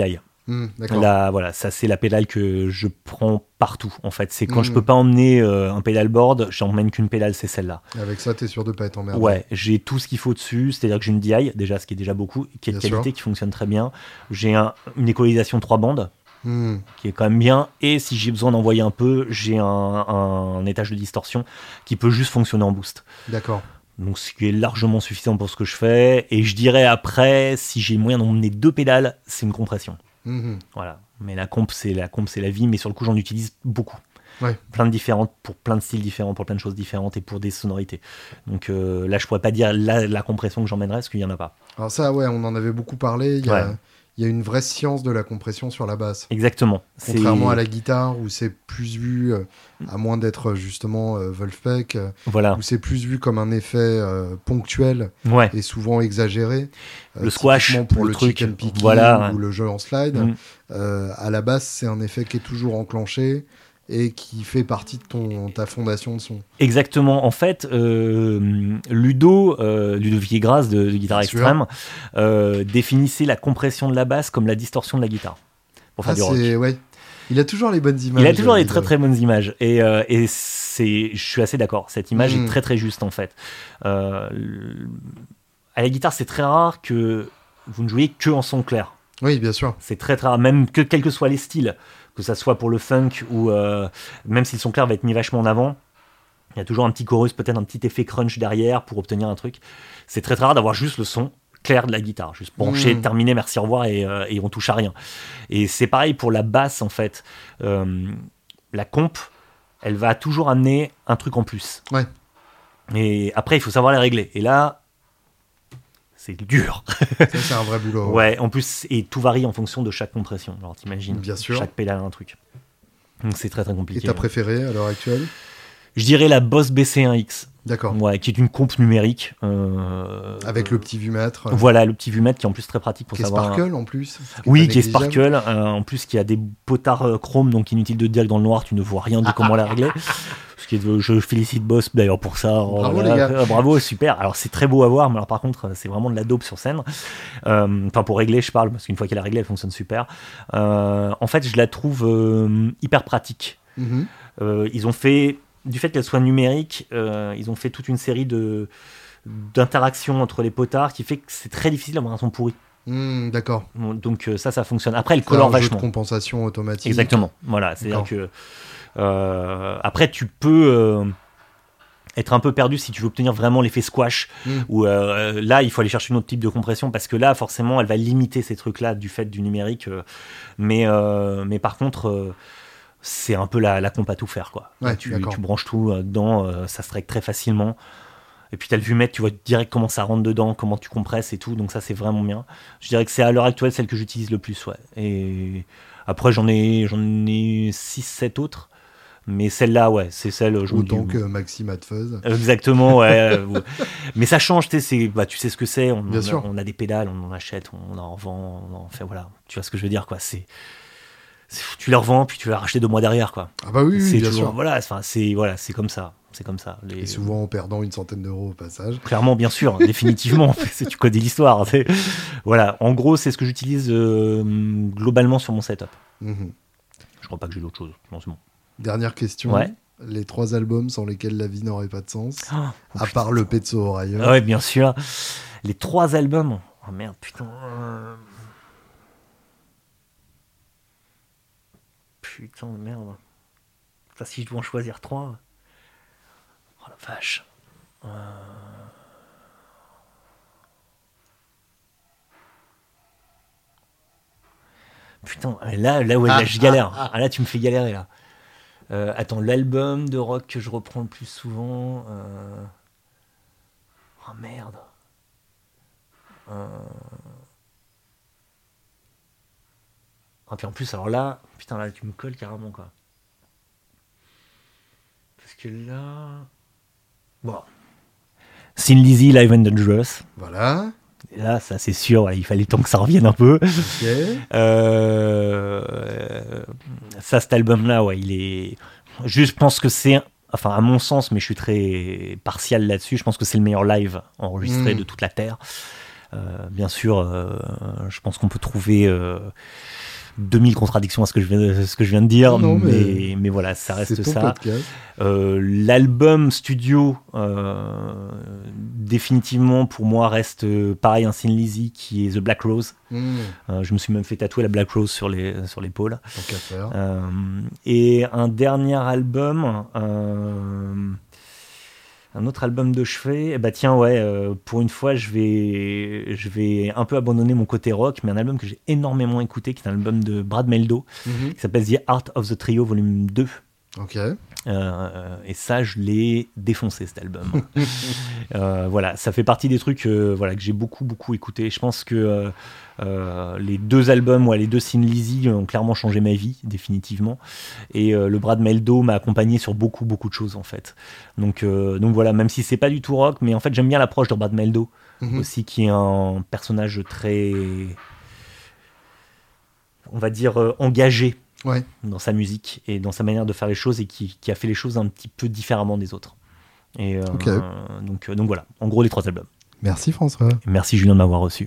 A: D'accord.
B: Là, voilà, ça c'est la pédale que je prends partout en fait. C'est quand je peux pas emmener un pédalboard, j'emmène qu'une pédale, c'est celle-là.
A: Avec ça, t'es sûr de pas être emmerdé.
B: Ouais, j'ai tout ce qu'il faut dessus, c'est-à-dire que j'ai une DI, déjà, ce qui est déjà beaucoup, qui est de
A: Bien
B: qualité,
A: sûr.
B: qui fonctionne très bien. J'ai une équalisation 3 bandes, qui est quand même bien. Et si j'ai besoin d'envoyer un peu, j'ai un étage de distorsion qui peut juste fonctionner en boost.
A: D'accord.
B: Donc ce qui est largement suffisant pour ce que je fais. Et je dirais après, si j'ai moyen d'emmener 2 pédales, c'est une compression. Voilà. Mais la comp, c'est la vie, mais sur le coup, j'en utilise beaucoup.
A: Ouais.
B: Plein de différentes, pour plein de styles différents, pour plein de choses différentes et pour des sonorités. Donc là, je pourrais pas dire la compression que j'emmènerais, parce qu'il y en a pas.
A: Alors ça, ouais, on en avait beaucoup parlé. Il y a une vraie science de la compression sur la basse.
B: Exactement.
A: Contrairement à la guitare, où c'est plus vu, à moins d'être justement Wolfpack,
B: voilà.
A: où c'est plus vu comme un effet ponctuel et souvent exagéré.
B: Le squash,
A: pour
B: le
A: le
B: truc,
A: chicken picking ou le jeu en slide. À la basse, c'est un effet qui est toujours enclenché et qui fait partie de ta fondation de son.
B: Exactement. En fait, Ludovic Gras de Guitare Extrême définissait la compression de la basse comme la distorsion de la guitare. Pour faire du rock.
A: Ouais. Il a toujours les bonnes images.
B: Il a toujours les très très bonnes images. Et je suis assez d'accord. Cette image est très très juste en fait. À la guitare, c'est très rare que vous ne jouiez que en son clair.
A: Oui, bien sûr.
B: C'est très très rare, même quels que soient les styles. Que ça soit pour le funk ou même si le son clair va être mis vachement en avant, il y a toujours un petit chorus, peut-être un petit effet crunch derrière pour obtenir un truc. C'est très très rare d'avoir juste le son clair de la guitare, juste branché, terminé, merci, au revoir et on touche à rien. Et c'est pareil pour la basse en fait. La comp, elle va toujours amener un truc en plus.
A: Ouais.
B: Et après, il faut savoir les régler. Et là, c'est dur.
A: Ça, c'est un vrai boulot.
B: Ouais, en plus, et tout varie en fonction de chaque compression. Alors, t'imagines,
A: bien sûr.
B: Chaque pédale a un truc. Donc, c'est très très compliqué.
A: Et ta préférée à l'heure actuelle ?
B: Je dirais la Boss BC1X.
A: D'accord.
B: Ouais, qui est une comp numérique.
A: Avec le petit vumètre.
B: Voilà, le petit vumètre qui est en plus très pratique pour savoir.
A: Qui est sparkle en plus.
B: Oui, qui est sparkle. En plus, qui a des potards chrome, donc inutile de dire que dans le noir, tu ne vois rien de comment la régler. Je félicite Boss d'ailleurs pour ça.
A: Bravo les gars.
B: Bravo, super. Alors c'est très beau à voir, mais alors par contre c'est vraiment de la dope sur scène. Enfin pour régler, je parle parce qu'une fois qu'elle est réglée, elle fonctionne super. En fait, je la trouve hyper pratique. Ils ont fait, du fait qu'elle soit numérique, ils ont fait toute une série d'interactions entre les potards qui fait que c'est très difficile d'avoir un son pourri.
A: D'accord.
B: Donc ça fonctionne. Après, elle colore vachement.
A: Jeu de compensation automatique.
B: Exactement. Voilà, c'est-à-dire que après, tu peux être un peu perdu si tu veux obtenir vraiment l'effet squash. Où là, il faut aller chercher un autre type de compression parce que là, forcément, elle va limiter ces trucs-là du fait du numérique. Mais par contre, c'est un peu la comp à tout faire, quoi.
A: Ouais,
B: tu branches tout dedans, ça se règle très facilement. Et puis, tu as le vumètre, tu vois direct comment ça rentre dedans, comment tu compresses et tout. Donc, ça, c'est vraiment bien. Je dirais que c'est à l'heure actuelle celle que j'utilise le plus. Ouais. Et après, j'en ai 6-7 autres. Mais celle-là, ouais, c'est celle.
A: Autant que Maxime Adfuzz.
B: Exactement, ouais. Mais ça change, tu sais ce que c'est. On a des pédales, on en achète, on en revend, on en fait, voilà. Tu vois ce que je veux dire, quoi. Tu les revends, puis tu les rachètes 2 mois derrière, quoi.
A: Ah bah oui, bien sûr.
B: Voilà, c'est comme ça. C'est comme ça.
A: Et souvent en perdant une centaine d'euros au passage.
B: Clairement, bien sûr, définitivement. Tu connais l'histoire. Voilà, en gros, c'est ce que j'utilise globalement sur mon setup. Je crois pas que j'ai d'autre chose. Non, c'est bon.
A: Dernière question.
B: Ouais.
A: Les 3 albums sans lesquels la vie n'aurait pas de sens, à part le Pezzo Orailleur.
B: Ouais, bien sûr. Les 3 albums. Oh merde, putain. Putain de merde. Ça, si je dois en choisir 3. Oh la vache. Putain, là, je galère. Là, tu me fais galérer, là. Attends, l'album de rock que je reprends le plus souvent. Oh merde. Ah, puis en plus, alors là, putain, là, tu me colles carrément, quoi. Parce que là. Bon. Sin Lizzy, Live and Dangerous.
A: Voilà.
B: Et là, ça, c'est sûr, il fallait le temps que ça revienne un peu.
A: Okay.
B: Ça, cet album-là, ouais, il est. Je pense que c'est. Enfin, à mon sens, mais je suis très partial là-dessus, je pense que c'est le meilleur live enregistré de toute la Terre. Bien sûr, je pense qu'on peut trouver 2000 contradictions à ce que je viens de dire,
A: non,
B: mais voilà, ça reste ça.
A: Podcast.
B: L'album studio, définitivement pour moi reste pareil un Thin Lizzy qui est The Black Rose. Je me suis même fait tatouer la Black Rose sur l'épaule.
A: Tant qu'à faire.
B: Et un dernier album, un autre album de chevet, pour une fois je vais un peu abandonner mon côté rock, mais un album que j'ai énormément écouté, qui est un album de Brad Meldo, qui s'appelle The Art of the Trio volume 2.
A: Ok.
B: Et ça, je l'ai défoncé, cet album. Voilà, ça fait partie des trucs que j'ai beaucoup écouté. Je pense que les deux albums, les deux Thin Lizzy ont clairement changé ma vie, définitivement. Et le Brad Meldo m'a accompagné sur beaucoup de choses, en fait. Donc voilà, même si c'est pas du tout rock, mais en fait, j'aime bien l'approche de Brad Meldo, aussi, qui est un personnage très, on va dire, engagé.
A: Ouais.
B: Dans sa musique et dans sa manière de faire les choses, et qui a fait les choses un petit peu différemment des autres. Et donc voilà, en gros les 3 albums.
A: Merci François.
B: Et merci Julien de m'avoir reçu.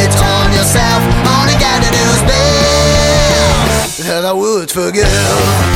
C: Forgive